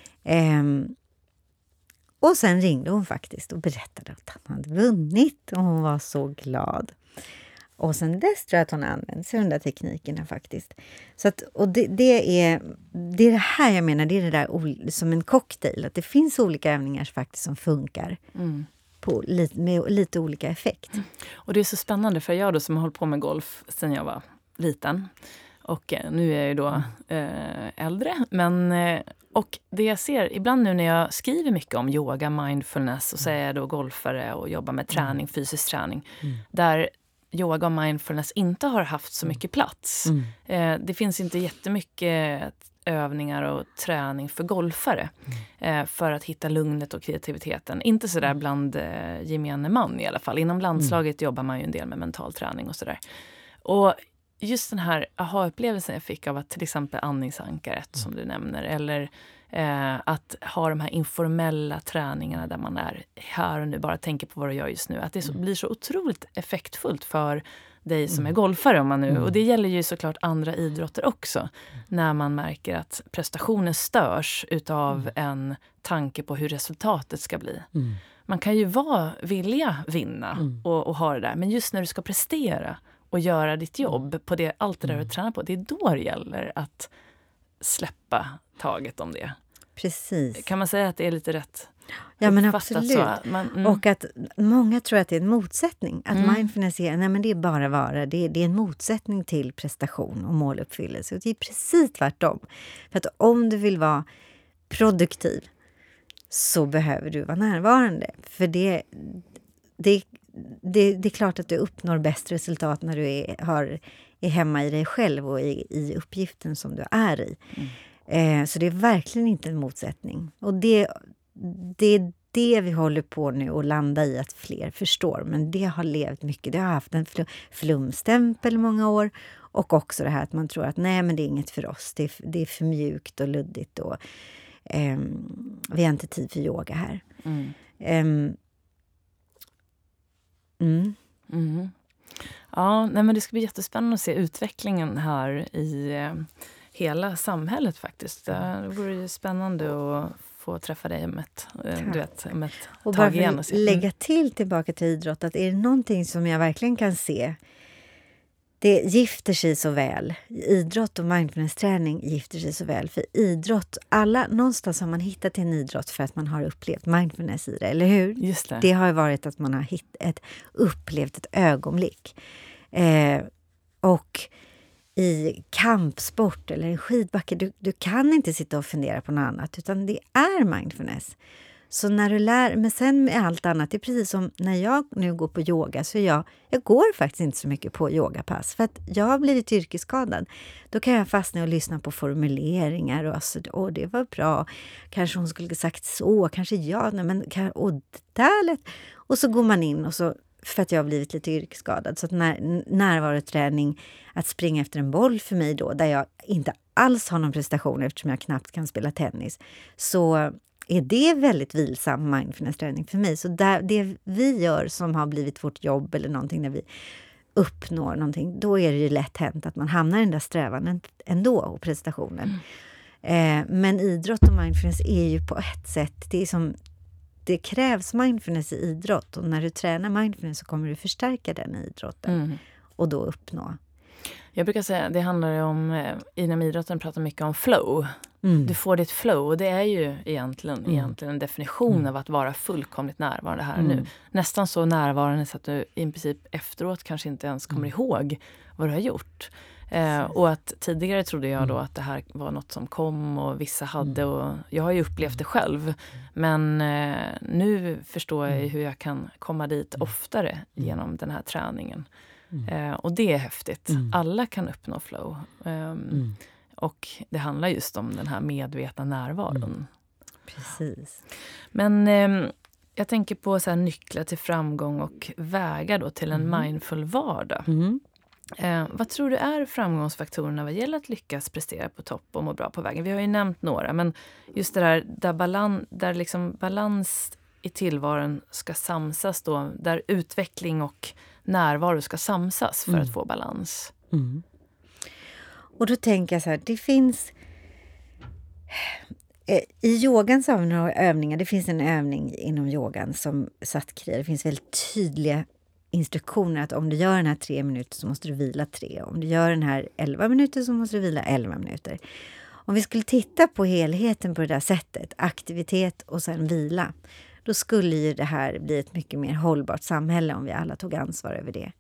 Och sen ringde hon faktiskt och berättade att han hade vunnit, och hon var så glad. Och sen dess tror jag att hon använder sig av de där teknikerna faktiskt. Så att, och det är det här jag menar, det är det där som en cocktail, att det finns olika övningar faktiskt som funkar med lite olika effekt. Och det är så spännande, för jag då som har hållit på med golf sedan jag var liten. Och nu är jag ju då äldre, men och det jag ser ibland nu när jag skriver mycket om yoga, mindfulness, och så är jag då golfare och jobbar med träning, fysisk träning, där yoga och mindfulness inte har haft så mycket plats. Det finns inte jättemycket övningar och träning för golfare för att hitta lugnet och kreativiteten. Inte sådär bland gemene man i alla fall. Inom landslaget jobbar man ju en del med mental träning och sådär. Och just den här aha-upplevelsen jag fick av att till exempel andningsankaret som du nämner, eller att ha de här informella träningarna där man är här och nu, bara tänker på vad du gör just nu. Att det blir så otroligt effektfullt för dig som är golfare, om man nu, och det gäller ju såklart andra idrotter också, när man märker att prestationen störs utav en tanke på hur resultatet ska bli. Man kan ju vilja vinna och ha det där, men just när du ska prestera och göra ditt jobb på det, allt det där du tränar på, det är då det gäller att släppa taget om det. Precis. Kan man säga att det är lite rätt? Ja, men absolut. Och att många tror att det är en motsättning. Att mindfulness är, nej men det är bara vara. Det är en motsättning till prestation och måluppfyllelse. Och det är precis tvärtom. För att om du vill vara produktiv så behöver du vara närvarande. För det är klart att du uppnår bäst resultat när du är hemma i dig själv och i uppgiften som du är i. Så det är verkligen inte en motsättning. Och det är det vi håller på nu att landa i, att fler förstår. Men det har levt mycket. Det har haft en flumstämpel många år. Och också det här att man tror att nej, men det är inget för oss. Det är för mjukt och luddigt. Vi har inte tid för yoga här. Ja, nej, men det ska bli jättespännande att se utvecklingen här i hela samhället faktiskt. Det vore ju spännande att få träffa dig om ett och tag bara igen. Och lägga till tillbaka till idrott, att är det någonting som jag verkligen kan se, det gifter sig så väl. Idrott och mindfulness-träning gifter sig så väl. För idrott, någonstans har man hittat en idrott för att man har upplevt mindfulness i det, eller hur? Just det. Det har ju varit att man har upplevt ett ögonblick. Och i kampsport eller en skidbacke, du kan inte sitta och fundera på något annat, utan det är mindfulness. Så när du men sen med allt annat, det är precis som när jag nu går på yoga, så jag går faktiskt inte så mycket på yogapass, för att jag har blivit yrkesskadad. Då kan jag fastna och lyssna på formuleringar och det var bra. Kanske hon skulle sagt så, kanske och det där lät. Och så går man in och så, för att jag har blivit lite yrkesskadad. Så att närvaroträning, att springa efter en boll för mig då, där jag inte alls har någon prestation eftersom jag knappt kan spela tennis, så är det väldigt vilsam mindfulness-träning för mig. Så det vi gör som har blivit vårt jobb eller någonting, när vi uppnår någonting, då är det ju lätt hänt att man hamnar i den där strävan ändå och prestationen. Men idrott och mindfulness är ju på ett sätt, det krävs mindfulness i idrott, och när du tränar mindfulness så kommer du förstärka den idrotten och då uppnå. Jag brukar säga, det handlar om, inom idrotten pratar mycket om flow. Du får ditt flow, och det är ju egentligen en definition av att vara fullkomligt närvarande här nu. Nästan så närvarande så att du i princip efteråt kanske inte ens kommer ihåg vad du har gjort. Och att tidigare trodde jag då att det här var något som kom och vissa hade, och jag har ju upplevt det själv. Men nu förstår jag hur jag kan komma dit oftare genom den här träningen. Och det är häftigt. Alla kan uppnå flow. Och det handlar just om den här medvetna närvaron. Precis. Men jag tänker på så här nycklar till framgång och vägar då till en mindful vardag. Vad tror du är framgångsfaktorerna vad gäller att lyckas prestera på topp och må bra på vägen? Vi har ju nämnt några, men just det där liksom balans i tillvaron ska samsas då, där utveckling och närvaro ska samsas för att få balans. Och då tänker jag så här, det finns i yogan så har vi några övningar. Det finns en övning inom yogan som Satkriya. Det finns väldigt tydliga instruktioner att om du gör den här 3 minuter så måste du vila 3. Om du gör den här 11 minuter så måste du vila 11 minuter. Om vi skulle titta på helheten på det där sättet, aktivitet och sen vila, då skulle ju det här bli ett mycket mer hållbart samhälle om vi alla tog ansvar över det.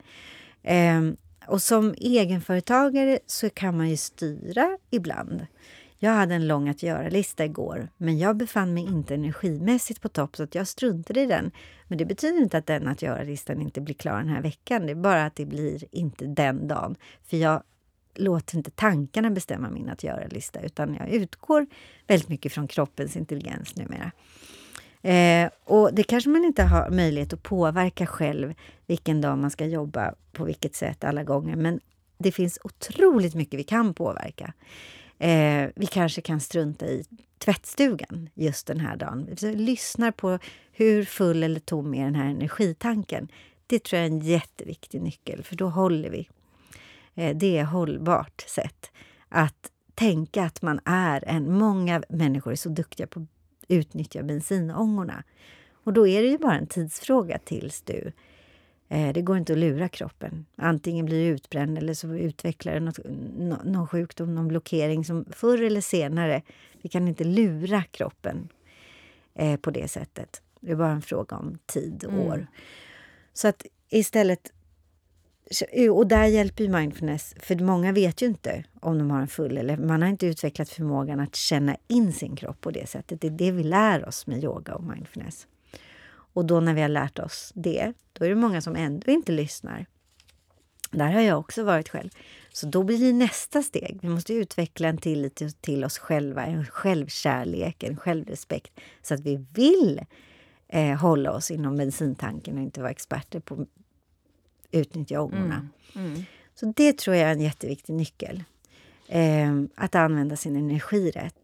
Och som egenföretagare så kan man ju styra ibland. Jag hade en lång att göra-lista igår, men jag befann mig inte energimässigt på topp så att jag struntade i den. Men det betyder inte att den att göra-listan inte blir klar den här veckan. Det är bara att det blir inte den dagen. För jag låter inte tankarna bestämma min att göra-lista, utan jag utgår väldigt mycket från kroppens intelligens numera. Och det kanske man inte har möjlighet att påverka själv vilken dag man ska jobba på vilket sätt alla gånger, men det finns otroligt mycket vi kan påverka. Vi kanske kan strunta i tvättstugan just den här dagen. Vi lyssnar på hur full eller tom är den här energitanken. Det tror jag är en jätteviktig nyckel, för då håller vi. Det är hållbart sätt att tänka att man är många människor är så duktiga på utnyttja bensinångorna. Och då är det ju bara en tidsfråga tills det går inte att lura kroppen. Antingen blir du utbränd eller så utvecklar det någon sjukdom, någon blockering som förr eller senare, vi kan inte lura kroppen på det sättet. Det är bara en fråga om tid och år. Så att istället, och där hjälper ju mindfulness, för många vet ju inte om de har en full, eller man har inte utvecklat förmågan att känna in sin kropp på det sättet. Det är det vi lär oss med yoga och mindfulness. Och då när vi har lärt oss det, då är det många som ändå inte lyssnar. Där har jag också varit själv. Så då blir det nästa steg. Vi måste utveckla en tillit till oss själva, en självkärlek, en självrespekt, så att vi vill hålla oss inom bensintanken och inte vara experter på utnyttja ångorna. Så det tror jag är en jätteviktig nyckel. Att använda sin energi rätt.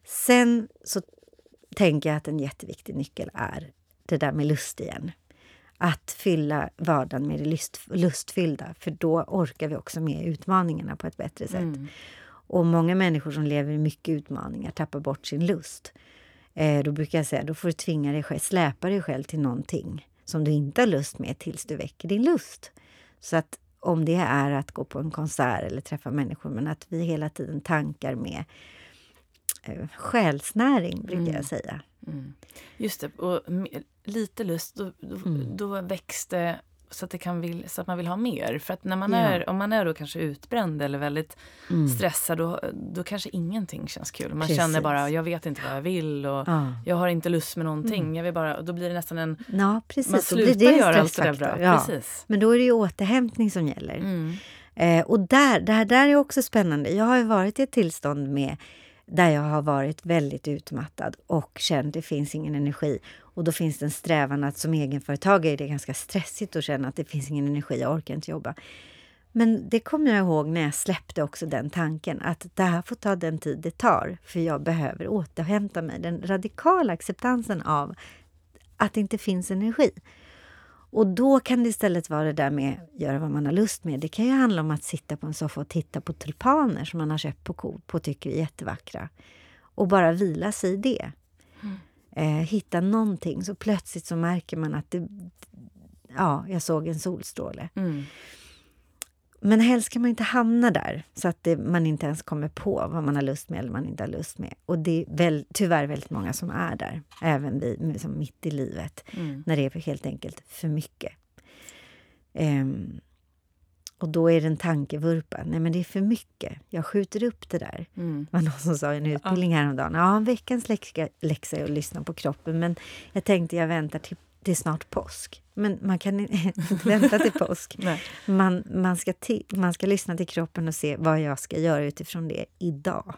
Sen så tänker jag att en jätteviktig nyckel är det där med lust igen. Att fylla vardagen med det lustfyllda. För då orkar vi också med utmaningarna på ett bättre sätt. Och många människor som lever i mycket utmaningar tappar bort sin lust. Då brukar jag säga, då får du tvinga dig själv, släpa dig själv till någonting som du inte har lust med tills du väcker din lust. Så att om det är att gå på en konsert eller träffa människor, men att vi hela tiden tankar med själsnäring, brukar jag säga. Just det, och lite lust, då väcks det så att, så att man vill ha mer. För att när man om man är då kanske utbränd eller väldigt stressad, då kanske ingenting känns kul. Man känner bara, jag vet inte vad jag vill och jag har inte lust med någonting. Jag vill bara, och då blir det nästan en... Ja, precis. Man slutar det göra allt det där bra. Ja. Precis. Men då är det ju återhämtning som gäller. Och det här är också spännande. Jag har ju varit i ett tillstånd där jag har varit väldigt utmattad och känt att det finns ingen energi. Och då finns det en strävan att som egenföretagare är det ganska stressigt att känna att det finns ingen energi, jag orkar inte jobba. Men det kommer jag ihåg när jag släppte också den tanken, att det här får ta den tid det tar, för jag behöver återhämta mig. Den radikala acceptansen av att det inte finns energi. Och då kan det istället vara det där med att göra vad man har lust med. Det kan ju handla om att sitta på en soffa och titta på tulpaner som man har köpt på Coop och tycker är jättevackra. Och bara vila sig i det. Hitta någonting, så plötsligt så märker man att jag såg en solstråle. Men helst kan man inte hamna där så att man inte ens kommer på vad man har lust med eller man inte har lust med. Och det är tyvärr väldigt många som är där, även vi som mitt i livet, när det är helt enkelt för mycket. Och då är det en tankevurpa. Nej, men det är för mycket. Jag skjuter upp det där. Det var någon som sa i en utbildning häromdagen. Ja, veckans läxa är att lyssna på kroppen. Men jag tänkte jag väntar till snart påsk. Men man kan inte vänta till påsk. Man ska lyssna till kroppen och se vad jag ska göra utifrån det idag.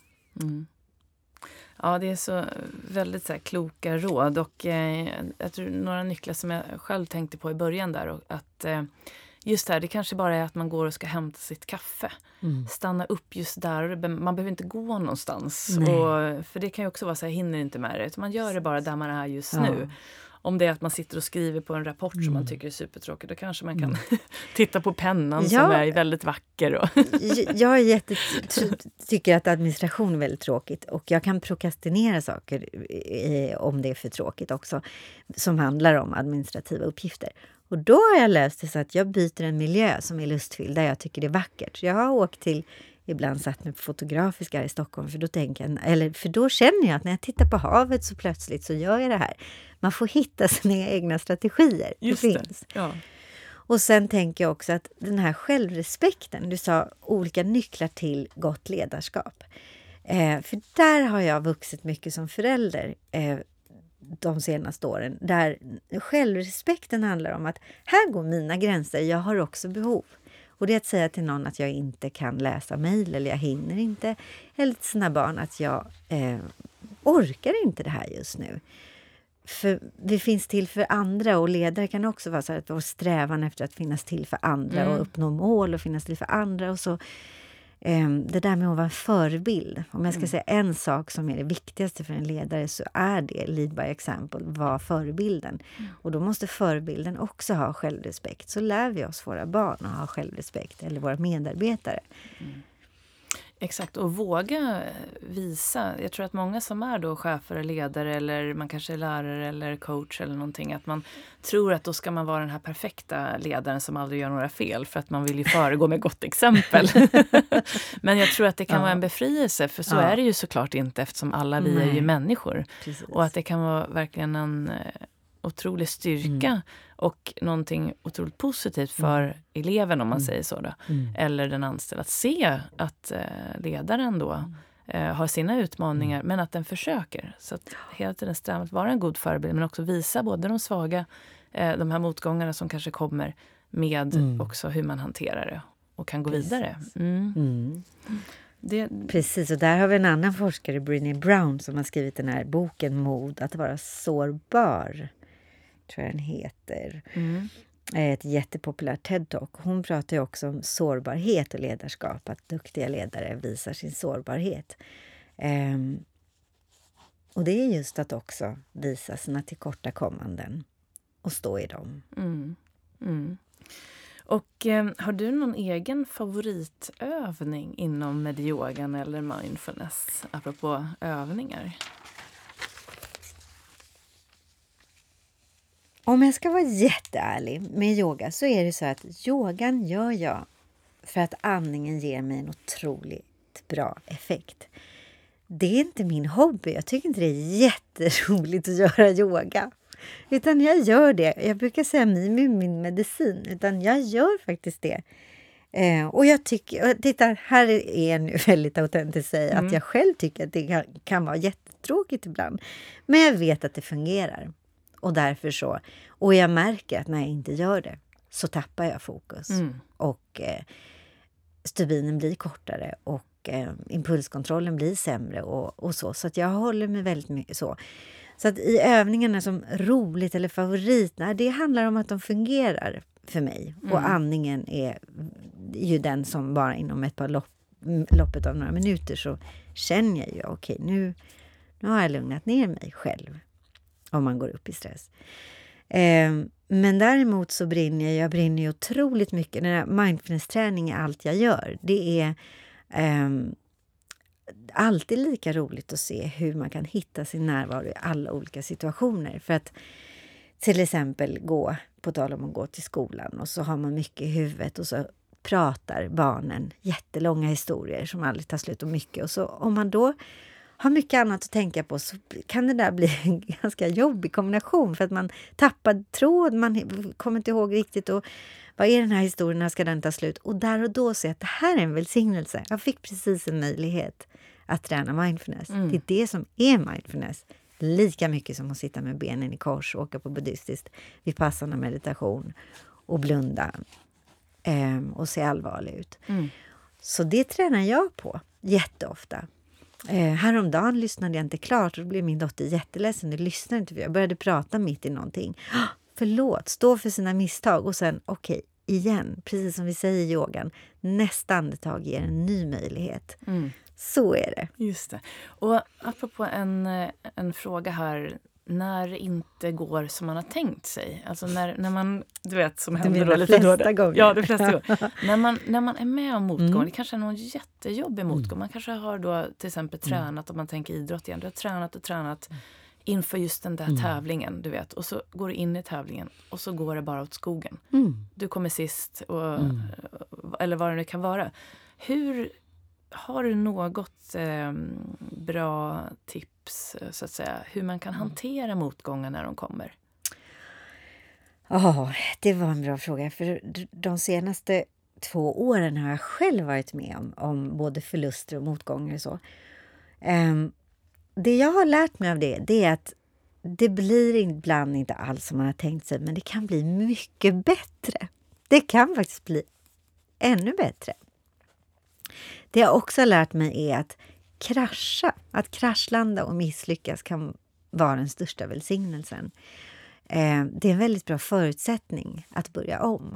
Ja, det är så väldigt så här kloka råd. Och jag tror några nycklar som jag själv tänkte på i början där. Och att just det här, det kanske bara är att man går och ska hämta sitt kaffe. Stanna upp just där. Man behöver inte gå någonstans. För det kan ju också vara så här, hinner inte med det. Utan man gör det bara där man är just nu. Om det är att man sitter och skriver på en rapport som man tycker är supertråkig, då kanske man kan titta på pennan som är väldigt vacker. Jag tycker att administration är väldigt tråkigt, och jag kan prokrastinera saker om det är för tråkigt också, som handlar om administrativa uppgifter. Och då har jag löst det så att jag byter en miljö som är lustfylld, där jag tycker det är vackert. Jag har åkt till, ibland satt mig på Fotografiska här i Stockholm, för då känner jag att när jag tittar på havet så plötsligt så gör jag det här. Man får hitta sina egna strategier. Just det finns. Ja. Och sen tänker jag också att den här självrespekten, du sa olika nycklar till gott ledarskap. För där har jag vuxit mycket som förälder de senaste åren. Där självrespekten handlar om att här går mina gränser, jag har också behov. Och det är att säga till någon att jag inte kan läsa mejl, eller jag hinner inte. Eller till sina barn att jag orkar inte det här just nu. För vi finns till för andra, och ledare kan också vara så att vår strävan efter att finnas till för andra och uppnå mål och finnas till för andra. Och så det där med att vara en förebild. Om jag ska säga en sak som är det viktigaste för en ledare, så är det lead by example, vara förebilden. Och då måste förebilden också ha självrespekt. Så lär vi oss våra barn att ha självrespekt, eller våra medarbetare. Exakt, och våga visa. Jag tror att många som är då chefer eller ledare, eller man kanske är lärare eller coach eller någonting, att man tror att då ska man vara den här perfekta ledaren som aldrig gör några fel, för att man vill ju föregå med gott exempel. Men jag tror att det kan vara en befrielse, för så är det ju såklart inte, eftersom alla vi är ju människor. Precis. Och att det kan vara verkligen en otrolig styrka och någonting otroligt positivt för eleven, om man säger så då. Eller den anställda, att se att ledaren då har sina utmaningar, men att den försöker. Så att hela tiden sträva att vara en god förebild, men också visa både de svaga, de här motgångarna som kanske kommer, med också hur man hanterar det och kan gå vidare. Precis, och där har vi en annan forskare, Brené Brown, som har skrivit den här boken Mod att vara sårbar, tror jag den heter. Ett jättepopulärt TED-talk. Hon pratar ju också om sårbarhet och ledarskap, att duktiga ledare visar sin sårbarhet. Och det är just att också visa sina tillkortakommanden och stå i dem. Och har du någon egen favoritövning inom medyogan eller mindfulness, apropå övningar? Om jag ska vara jätteärlig med yoga så är det så att yogan gör jag för att andningen ger mig en otroligt bra effekt. Det är inte min hobby. Jag tycker inte det är jätteroligt att göra yoga. Utan jag gör det. Jag brukar säga min medicin. Utan jag gör faktiskt det. Och jag tycker, titta, här är nu väldigt autentiskt säga att jag själv tycker att det kan vara jättetråkigt ibland. Men jag vet att det fungerar. Och därför så. Och jag märker att när jag inte gör det så tappar jag fokus. Och stubinen blir kortare och impulskontrollen blir sämre och så. Så att jag håller mig väldigt mycket så. Så att i övningarna som roligt eller favorit, det handlar om att de fungerar för mig. Och andningen är ju den som bara inom ett par loppet av några minuter så känner jag ju okej, nu har jag lugnat ner mig själv. Om man går upp i stress. Men däremot så brinner jag otroligt mycket. Den här mindfulness-träning är allt jag gör. Det är alltid lika roligt att se hur man kan hitta sin närvaro i alla olika situationer. För att till exempel på tal om att gå till skolan och så har man mycket i huvudet och så pratar barnen jättelånga historier som aldrig tar slut och mycket. Och så om man då har mycket annat att tänka på så kan det där bli en ganska jobbig kombination för att man tappar tråd, man kommer inte ihåg riktigt och vad är den här historien, när ska den ta slut? Och där och då se att det här är en välsignelse. Jag fick precis en möjlighet att träna mindfulness. Det är det som är mindfulness. Lika mycket som att sitta med benen i kors och åka på buddhistiskt vipassana meditation och blunda och se allvarlig ut. Så det tränar jag på jätteofta. Häromdagen lyssnade jag inte klart och då blev min dotter jätteledsen. Jag lyssnade inte för jag började prata mitt i någonting. Förlåt, stå för sina misstag och sen okej, igen. Precis som vi säger i yogan. Nästa andetag ger en ny möjlighet. Så är det. Just det. Och apropå en fråga här. När det inte går som man har tänkt sig. Alltså när man, du vet, som händer då lite flesta gånger. Ja, de flesta gånger. När man är med om motgång, det kanske är någon jättejobbig motgång. Man kanske har då till exempel tränat, om man tänker idrott igen. Du har tränat inför just den där tävlingen, du vet. Och så går du in i tävlingen och så går det bara åt skogen. Du kommer sist, eller vad det nu kan vara. Har du något bra tips, så att säga, hur man kan hantera motgångar när de kommer? Det var en bra fråga. För de senaste 2 åren har jag själv varit med om både förluster och motgångar och så. Det jag har lärt mig av det är att det blir ibland inte alls som man har tänkt sig, men det kan bli mycket bättre. Det kan faktiskt bli ännu bättre. Det jag också har lärt mig är att kraschlanda och misslyckas kan vara den största välsignelsen. Det är en väldigt bra förutsättning att börja om.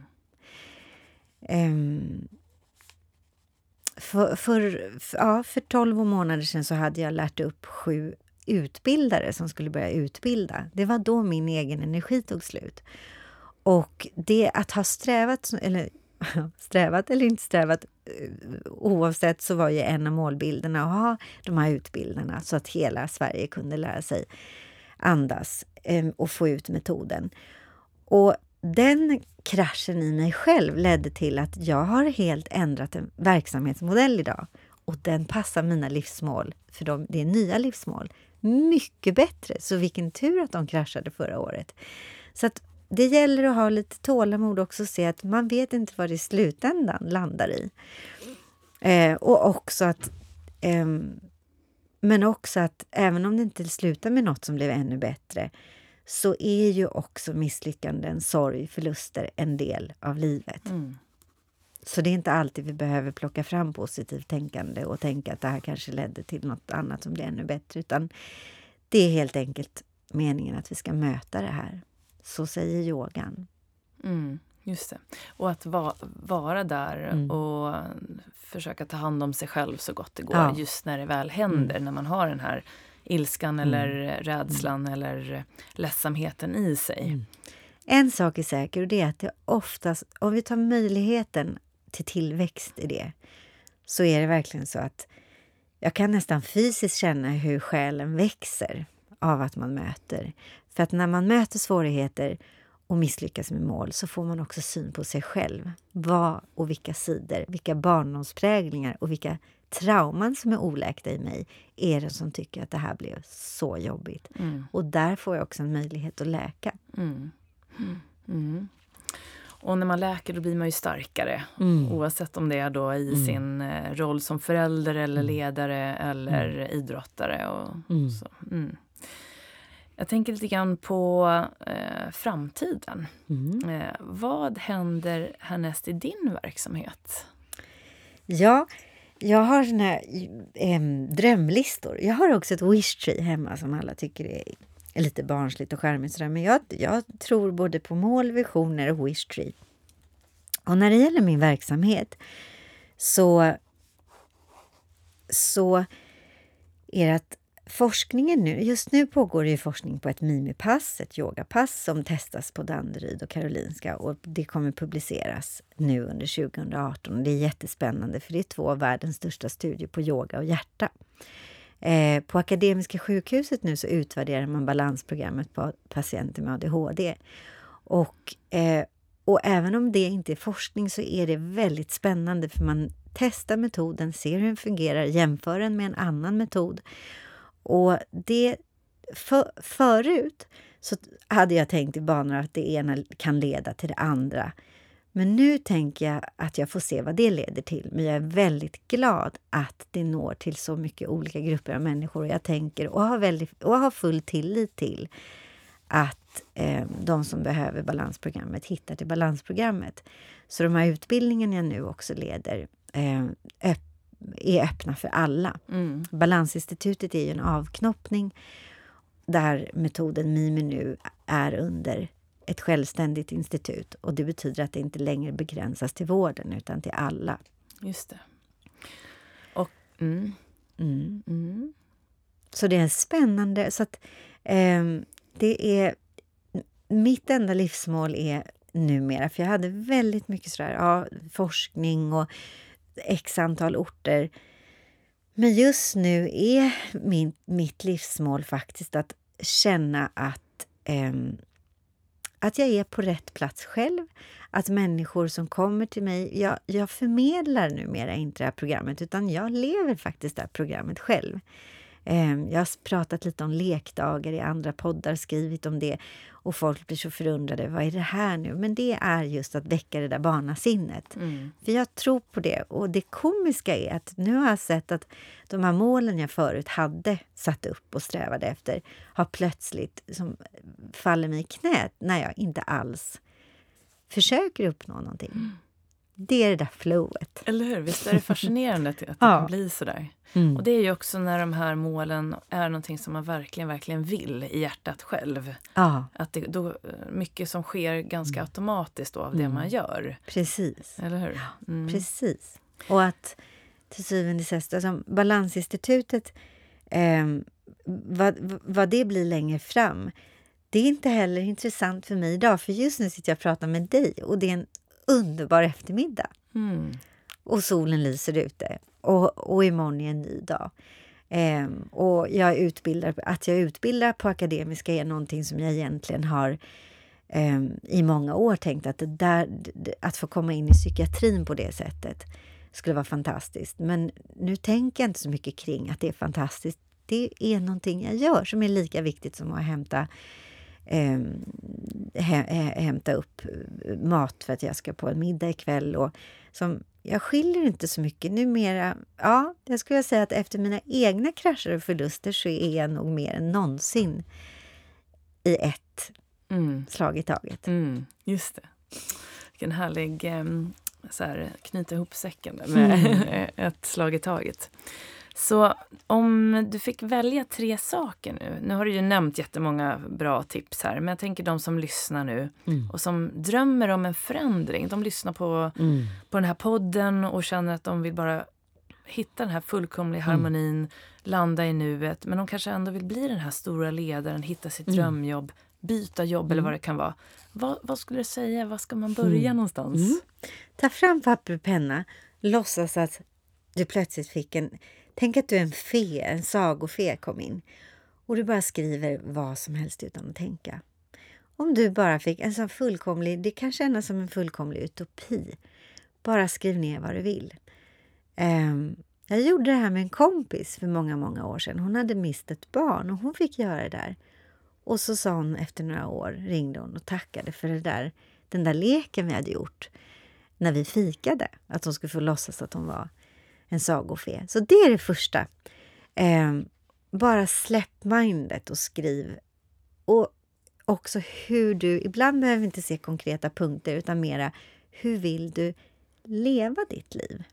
För 12 månader sedan så hade jag lärt upp 7 utbildare som skulle börja utbilda. Det var då min egen energi tog slut. Och det att ha strävat eller inte strävat, oavsett så var ju en av målbilderna att ha de här utbildarna så att hela Sverige kunde lära sig andas och få ut metoden. Och den kraschen i mig själv ledde till att jag har helt ändrat en verksamhetsmodell idag. Och den passar mina livsmål, för det är nya livsmål, mycket bättre. Så vilken tur att de kraschade förra året. Så att det gäller att ha lite tålamod också och se att man vet inte vad det i slutändan landar i. Och också att men också att även om det inte slutar med något som blev ännu bättre så är ju också misslyckanden, sorg, förluster en del av livet. Så det är inte alltid vi behöver plocka fram positivt tänkande och tänka att det här kanske ledde till något annat som blir ännu bättre, utan det är helt enkelt meningen att vi ska möta det här. Så säger yogan. Just det. Och att vara där och försöka ta hand om sig själv så gott det går. Just när det väl händer. När man har den här ilskan eller rädslan eller ledsamheten i sig. En sak är säker, och det är att det oftast, om vi tar möjligheten till tillväxt i det, så är det verkligen så att jag kan nästan fysiskt känna hur själen växer av att man möter. För att när man möter svårigheter och misslyckas med mål, så får man också syn på sig själv. Vad och vilka sidor, vilka barndomspräglingar och vilka trauman som är oläkta i mig är det som tycker att det här blev så jobbigt. Och där får jag också en möjlighet att läka. Och när man läker, då blir man ju starkare. Oavsett om det är då i sin roll som förälder eller ledare eller idrottare. Och så. Jag tänker lite grann på framtiden. Vad händer härnäst i din verksamhet? Ja, jag har såna här drömlistor. Jag har också ett wish tree hemma som alla tycker är lite barnsligt och charmigt. Men jag tror både på mål, visioner och wish tree. Och när det gäller min verksamhet så är det att forskningen nu, just nu pågår det ju forskning på ett mimipass, ett yogapass som testas på Danderyd och Karolinska, och det kommer publiceras nu under 2018. Det är jättespännande för det är 2 av världens största studier på yoga och hjärta. På Akademiska sjukhuset nu så utvärderar man balansprogrammet på patienter med ADHD. Och även om det inte är forskning så är det väldigt spännande, för man testar metoden, ser hur den fungerar, jämför den med en annan metod. Och det förut så hade jag tänkt i banor att det ena kan leda till det andra. Men nu tänker jag att jag får se vad det leder till. Men jag är väldigt glad att det når till så mycket olika grupper av människor. Och jag tänker och har full tillit till att de som behöver balansprogrammet hittar till balansprogrammet. Så de här utbildningarna jag nu också leder är öppna för alla. Balansinstitutet är ju en avknoppning där metoden Mimi nu är under ett självständigt institut. Och det betyder att det inte längre begränsas till vården utan till alla. Just det. Och, Så det är spännande. Så att, det är mitt enda livsmål är numera. För jag hade väldigt mycket sådär, forskning och x antal orter. Men just nu är mitt livsmål faktiskt att känna att jag är på rätt plats själv. Att människor som kommer till mig, jag förmedlar numera inte det här programmet utan jag lever faktiskt det här programmet själv. Jag har pratat lite om lekdagar i andra poddar, skrivit om det och folk blir så förundrade, vad är det här nu? Men det är just att väcka det där barnasinnet. För jag tror på det, och det komiska är att nu har jag sett att de här målen jag förut hade satt upp och strävade efter har plötsligt som faller mig i knät när jag inte alls försöker uppnå någonting. Det är det där flowet. Eller hur? Visst är det fascinerande att det kan bli sådär. Och det är ju också när de här målen är någonting som man verkligen, verkligen vill i hjärtat själv. Att det då mycket som sker ganska automatiskt då av det man gör. Precis. Eller hur? Precis. Och att till syvende och sist, alltså Balansinstitutet, vad det blir längre fram, det är inte heller intressant för mig idag. För just nu sitter jag och pratar med dig och det är en underbar eftermiddag. Och solen lyser ute. Och imorgon är en ny dag. Och jag utbildar på Akademiska är någonting som jag egentligen har i många år tänkt att att få komma in i psykiatrin på det sättet skulle vara fantastiskt. Men nu tänker jag inte så mycket kring att det är fantastiskt. Det är någonting jag gör som är lika viktigt som att hämta upp mat för att jag ska på en middag ikväll. Och jag skiljer inte så mycket numera. Ja, jag skulle säga att efter mina egna krascher och förluster så är jag nog mer än någonsin i ett slag i taget. Just det. Vilken härlig knyta ihop säcken med ett slag i taget. Så om du fick välja 3 saker nu har du ju nämnt jättemånga bra tips här, men jag tänker de som lyssnar nu och som drömmer om en förändring, de lyssnar på den här podden och känner att de vill bara hitta den här fullkomliga harmonin, landa i nuet. Men de kanske ändå vill bli den här stora ledaren, hitta sitt drömjobb, byta jobb eller vad det kan vara. Vad skulle du säga? Var ska man börja någonstans? Ta fram papper och penna. Låtsas att du plötsligt fick tänk att du är en fe, en sagofe kom in. Och du bara skriver vad som helst utan att tänka. Om du bara fick en sån fullkomlig, det kan kännas som en fullkomlig utopi. Bara skriv ner vad du vill. Jag gjorde det här med en kompis för många, många år sedan. Hon hade mist ett barn och hon fick göra det där. Och så sa hon efter några år, ringde hon och tackade för den där leken vi hade gjort när vi fikade. Att hon skulle få låtsas att hon var en sagofe. Så det är det första. Bara släpp mindet och skriv. Och också hur du, ibland behöver vi inte se konkreta punkter utan mera hur vill du leva ditt liv.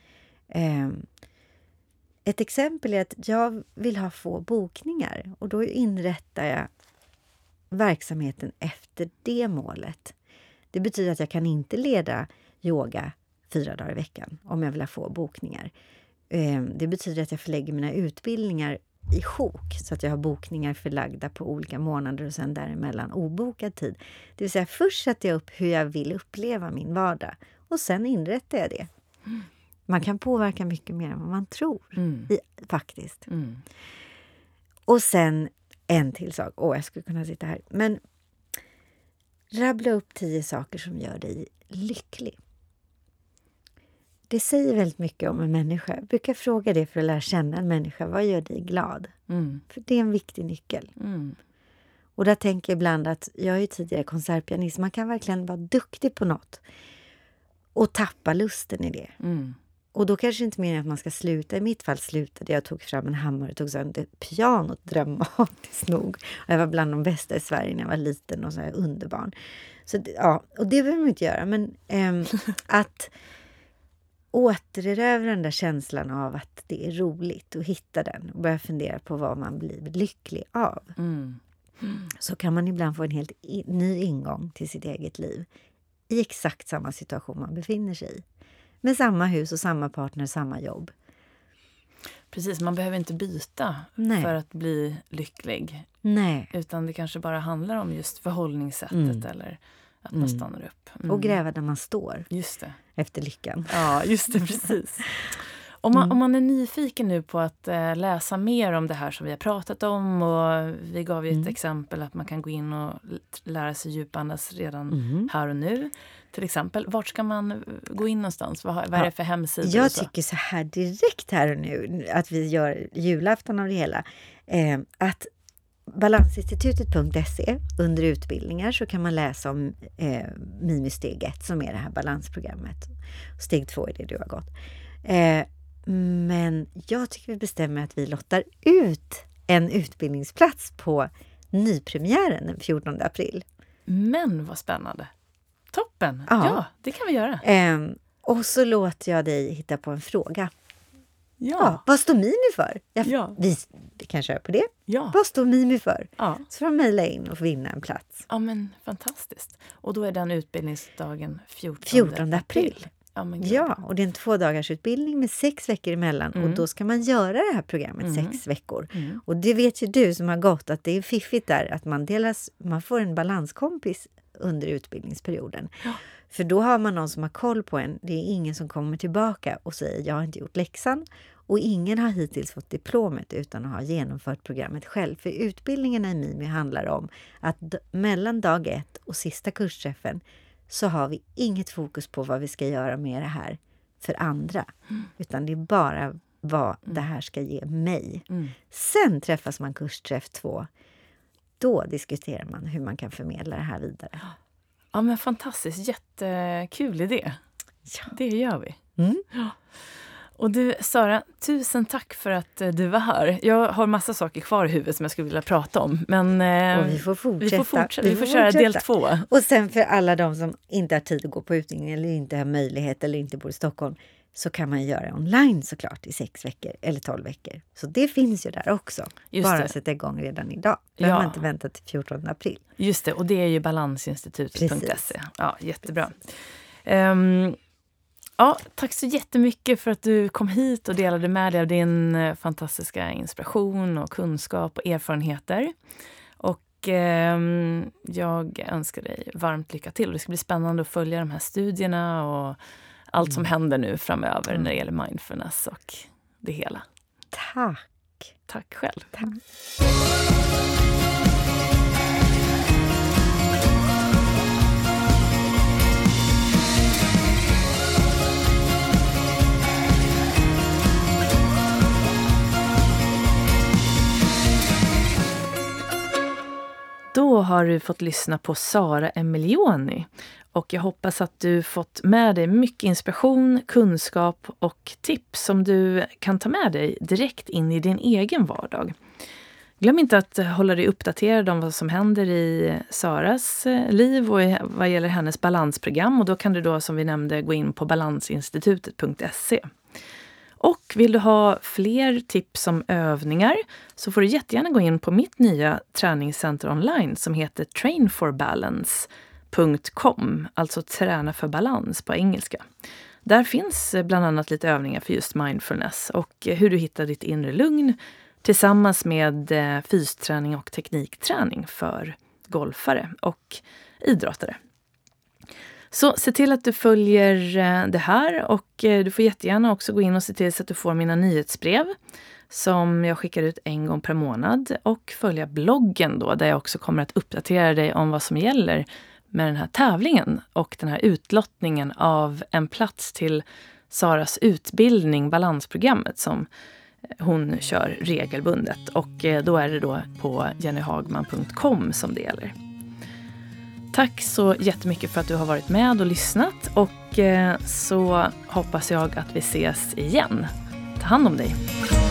Ett exempel är att jag vill ha få bokningar och då inrättar jag verksamheten efter det målet. Det betyder att jag kan inte leda yoga 4 dagar i veckan om jag vill ha få bokningar. Det betyder att jag förlägger mina utbildningar i sjok så att jag har bokningar förlagda på olika månader och sen däremellan obokad tid. Det vill säga först sätter jag upp hur jag vill uppleva min vardag och sen inrättar jag det. Man kan påverka mycket mer än vad man tror faktiskt. Och sen en till sak. Jag skulle kunna sitta här. Men rabbla upp 10 saker som gör dig lycklig. Det säger väldigt mycket om en människa. Jag brukar fråga det för att lära känna en människa. Vad gör dig glad? För det är en viktig nyckel. Och där tänker jag ibland att jag är ju tidigare konsertpianist. Man kan verkligen vara duktig på något. Och tappa lusten i det. Och då kanske inte mer att man ska sluta. I mitt fall slutade jag tog fram en hammare och tog sönder pianot dramatiskt nog. Och jag var bland de bästa i Sverige när jag var liten och så här underbarn. Så ja, och det behöver man inte göra. Men att återerövra den där känslan av att det är roligt och hitta den och börja fundera på vad man blir lycklig av. Så kan man ibland få en helt ny ingång till sitt eget liv i exakt samma situation man befinner sig i. Med samma hus och samma partner, samma jobb. Precis, man behöver inte byta för att bli lycklig. Nej. Utan det kanske bara handlar om just förhållningssättet eller att man stannar upp. Och gräva där man står. Just det. Efter lyckan. Ja, just det, precis. Om man är nyfiken nu på att läsa mer om det här som vi har pratat om och vi gav ju ett exempel att man kan gå in och lära sig djupandas redan här och nu. Till exempel, vart ska man gå in någonstans? Vad är det för hemsidor? Jag tycker så här direkt här och nu att vi gör julafton av det hela. Att balansinstitutet.se under utbildningar så kan man läsa om Mimi steg 1 som är det här balansprogrammet. Steg 2 är det du har gått. Men jag tycker vi bestämmer att vi lottar ut en utbildningsplats på nypremiären den 14 april. Men vad spännande! Toppen! Ja, det kan vi göra. Och så låter jag dig hitta på en fråga. Ja. Vad står Mimi för? Vi kan köra på det. Ja. Vad står Mimi för? Ja. Så får man mejla in och få vinna en plats. Ja, men fantastiskt. Och då är den utbildningsdagen 14 april. Ja, och det är en 2-dagars utbildning med 6 veckor emellan. Och då ska man göra det här programmet 6 veckor. Och det vet ju du som har gått att det är fiffigt där att man får en balanskompis under utbildningsperioden. Ja. För då har man någon som har koll på en. Det är ingen som kommer tillbaka och säger jag har inte gjort läxan. Och ingen har hittills fått diplomet utan att ha genomfört programmet själv. För utbildningen i Mimi handlar om att mellan dag 1 och sista kursträffen så har vi inget fokus på vad vi ska göra med det här för andra. Utan det är bara vad det här ska ge mig. Sen träffas man kursträff 2. Då diskuterar man hur man kan förmedla det här vidare. Ja, men fantastiskt. Jättekul idé. Ja. Det gör vi. Ja. Och du, Sara, tusen tack för att du var här. Jag har massa saker kvar i huvudet som jag skulle vilja prata om. Men och vi får fortsätta. Vi får köra del 2. Och sen för alla de som inte har tid att gå på utbildning eller inte har möjlighet eller inte bor i Stockholm så kan man göra online såklart i 6 veckor eller 12 veckor. Så det finns ju där också. Just bara det. sätta igång redan idag. Behöver man inte vänta till 14 april. Just det, och det är ju balansinstitutet.se. Ja, jättebra. Ja, tack så jättemycket för att du kom hit och delade med dig av din fantastiska inspiration och kunskap och erfarenheter. Och jag önskar dig varmt lycka till. Det ska bli spännande att följa de här studierna och allt som händer nu framöver när det gäller mindfulness och det hela. Tack. Tack själv. Tack. Då har du fått lyssna på Sara Emilioni och jag hoppas att du fått med dig mycket inspiration, kunskap och tips som du kan ta med dig direkt in i din egen vardag. Glöm inte att hålla dig uppdaterad om vad som händer i Saras liv och vad gäller hennes balansprogram, och då kan du då, som vi nämnde, gå in på balansinstitutet.se. Och vill du ha fler tips om övningar så får du jättegärna gå in på mitt nya träningscenter online som heter trainforbalance.com, alltså träna för balans på engelska. Där finns bland annat lite övningar för just mindfulness och hur du hittar ditt inre lugn tillsammans med fysträning och teknikträning för golfare och idrottare. Så se till att du följer det här, och du får jättegärna också gå in och se till så att du får mina nyhetsbrev som jag skickar ut en gång per månad, och följa bloggen då, där jag också kommer att uppdatera dig om vad som gäller med den här tävlingen och den här utlottningen av en plats till Saras utbildning, balansprogrammet, som hon kör regelbundet, och då är det då på jennyhagman.com som det gäller. Tack så jättemycket för att du har varit med och lyssnat, och så hoppas jag att vi ses igen. Ta hand om dig.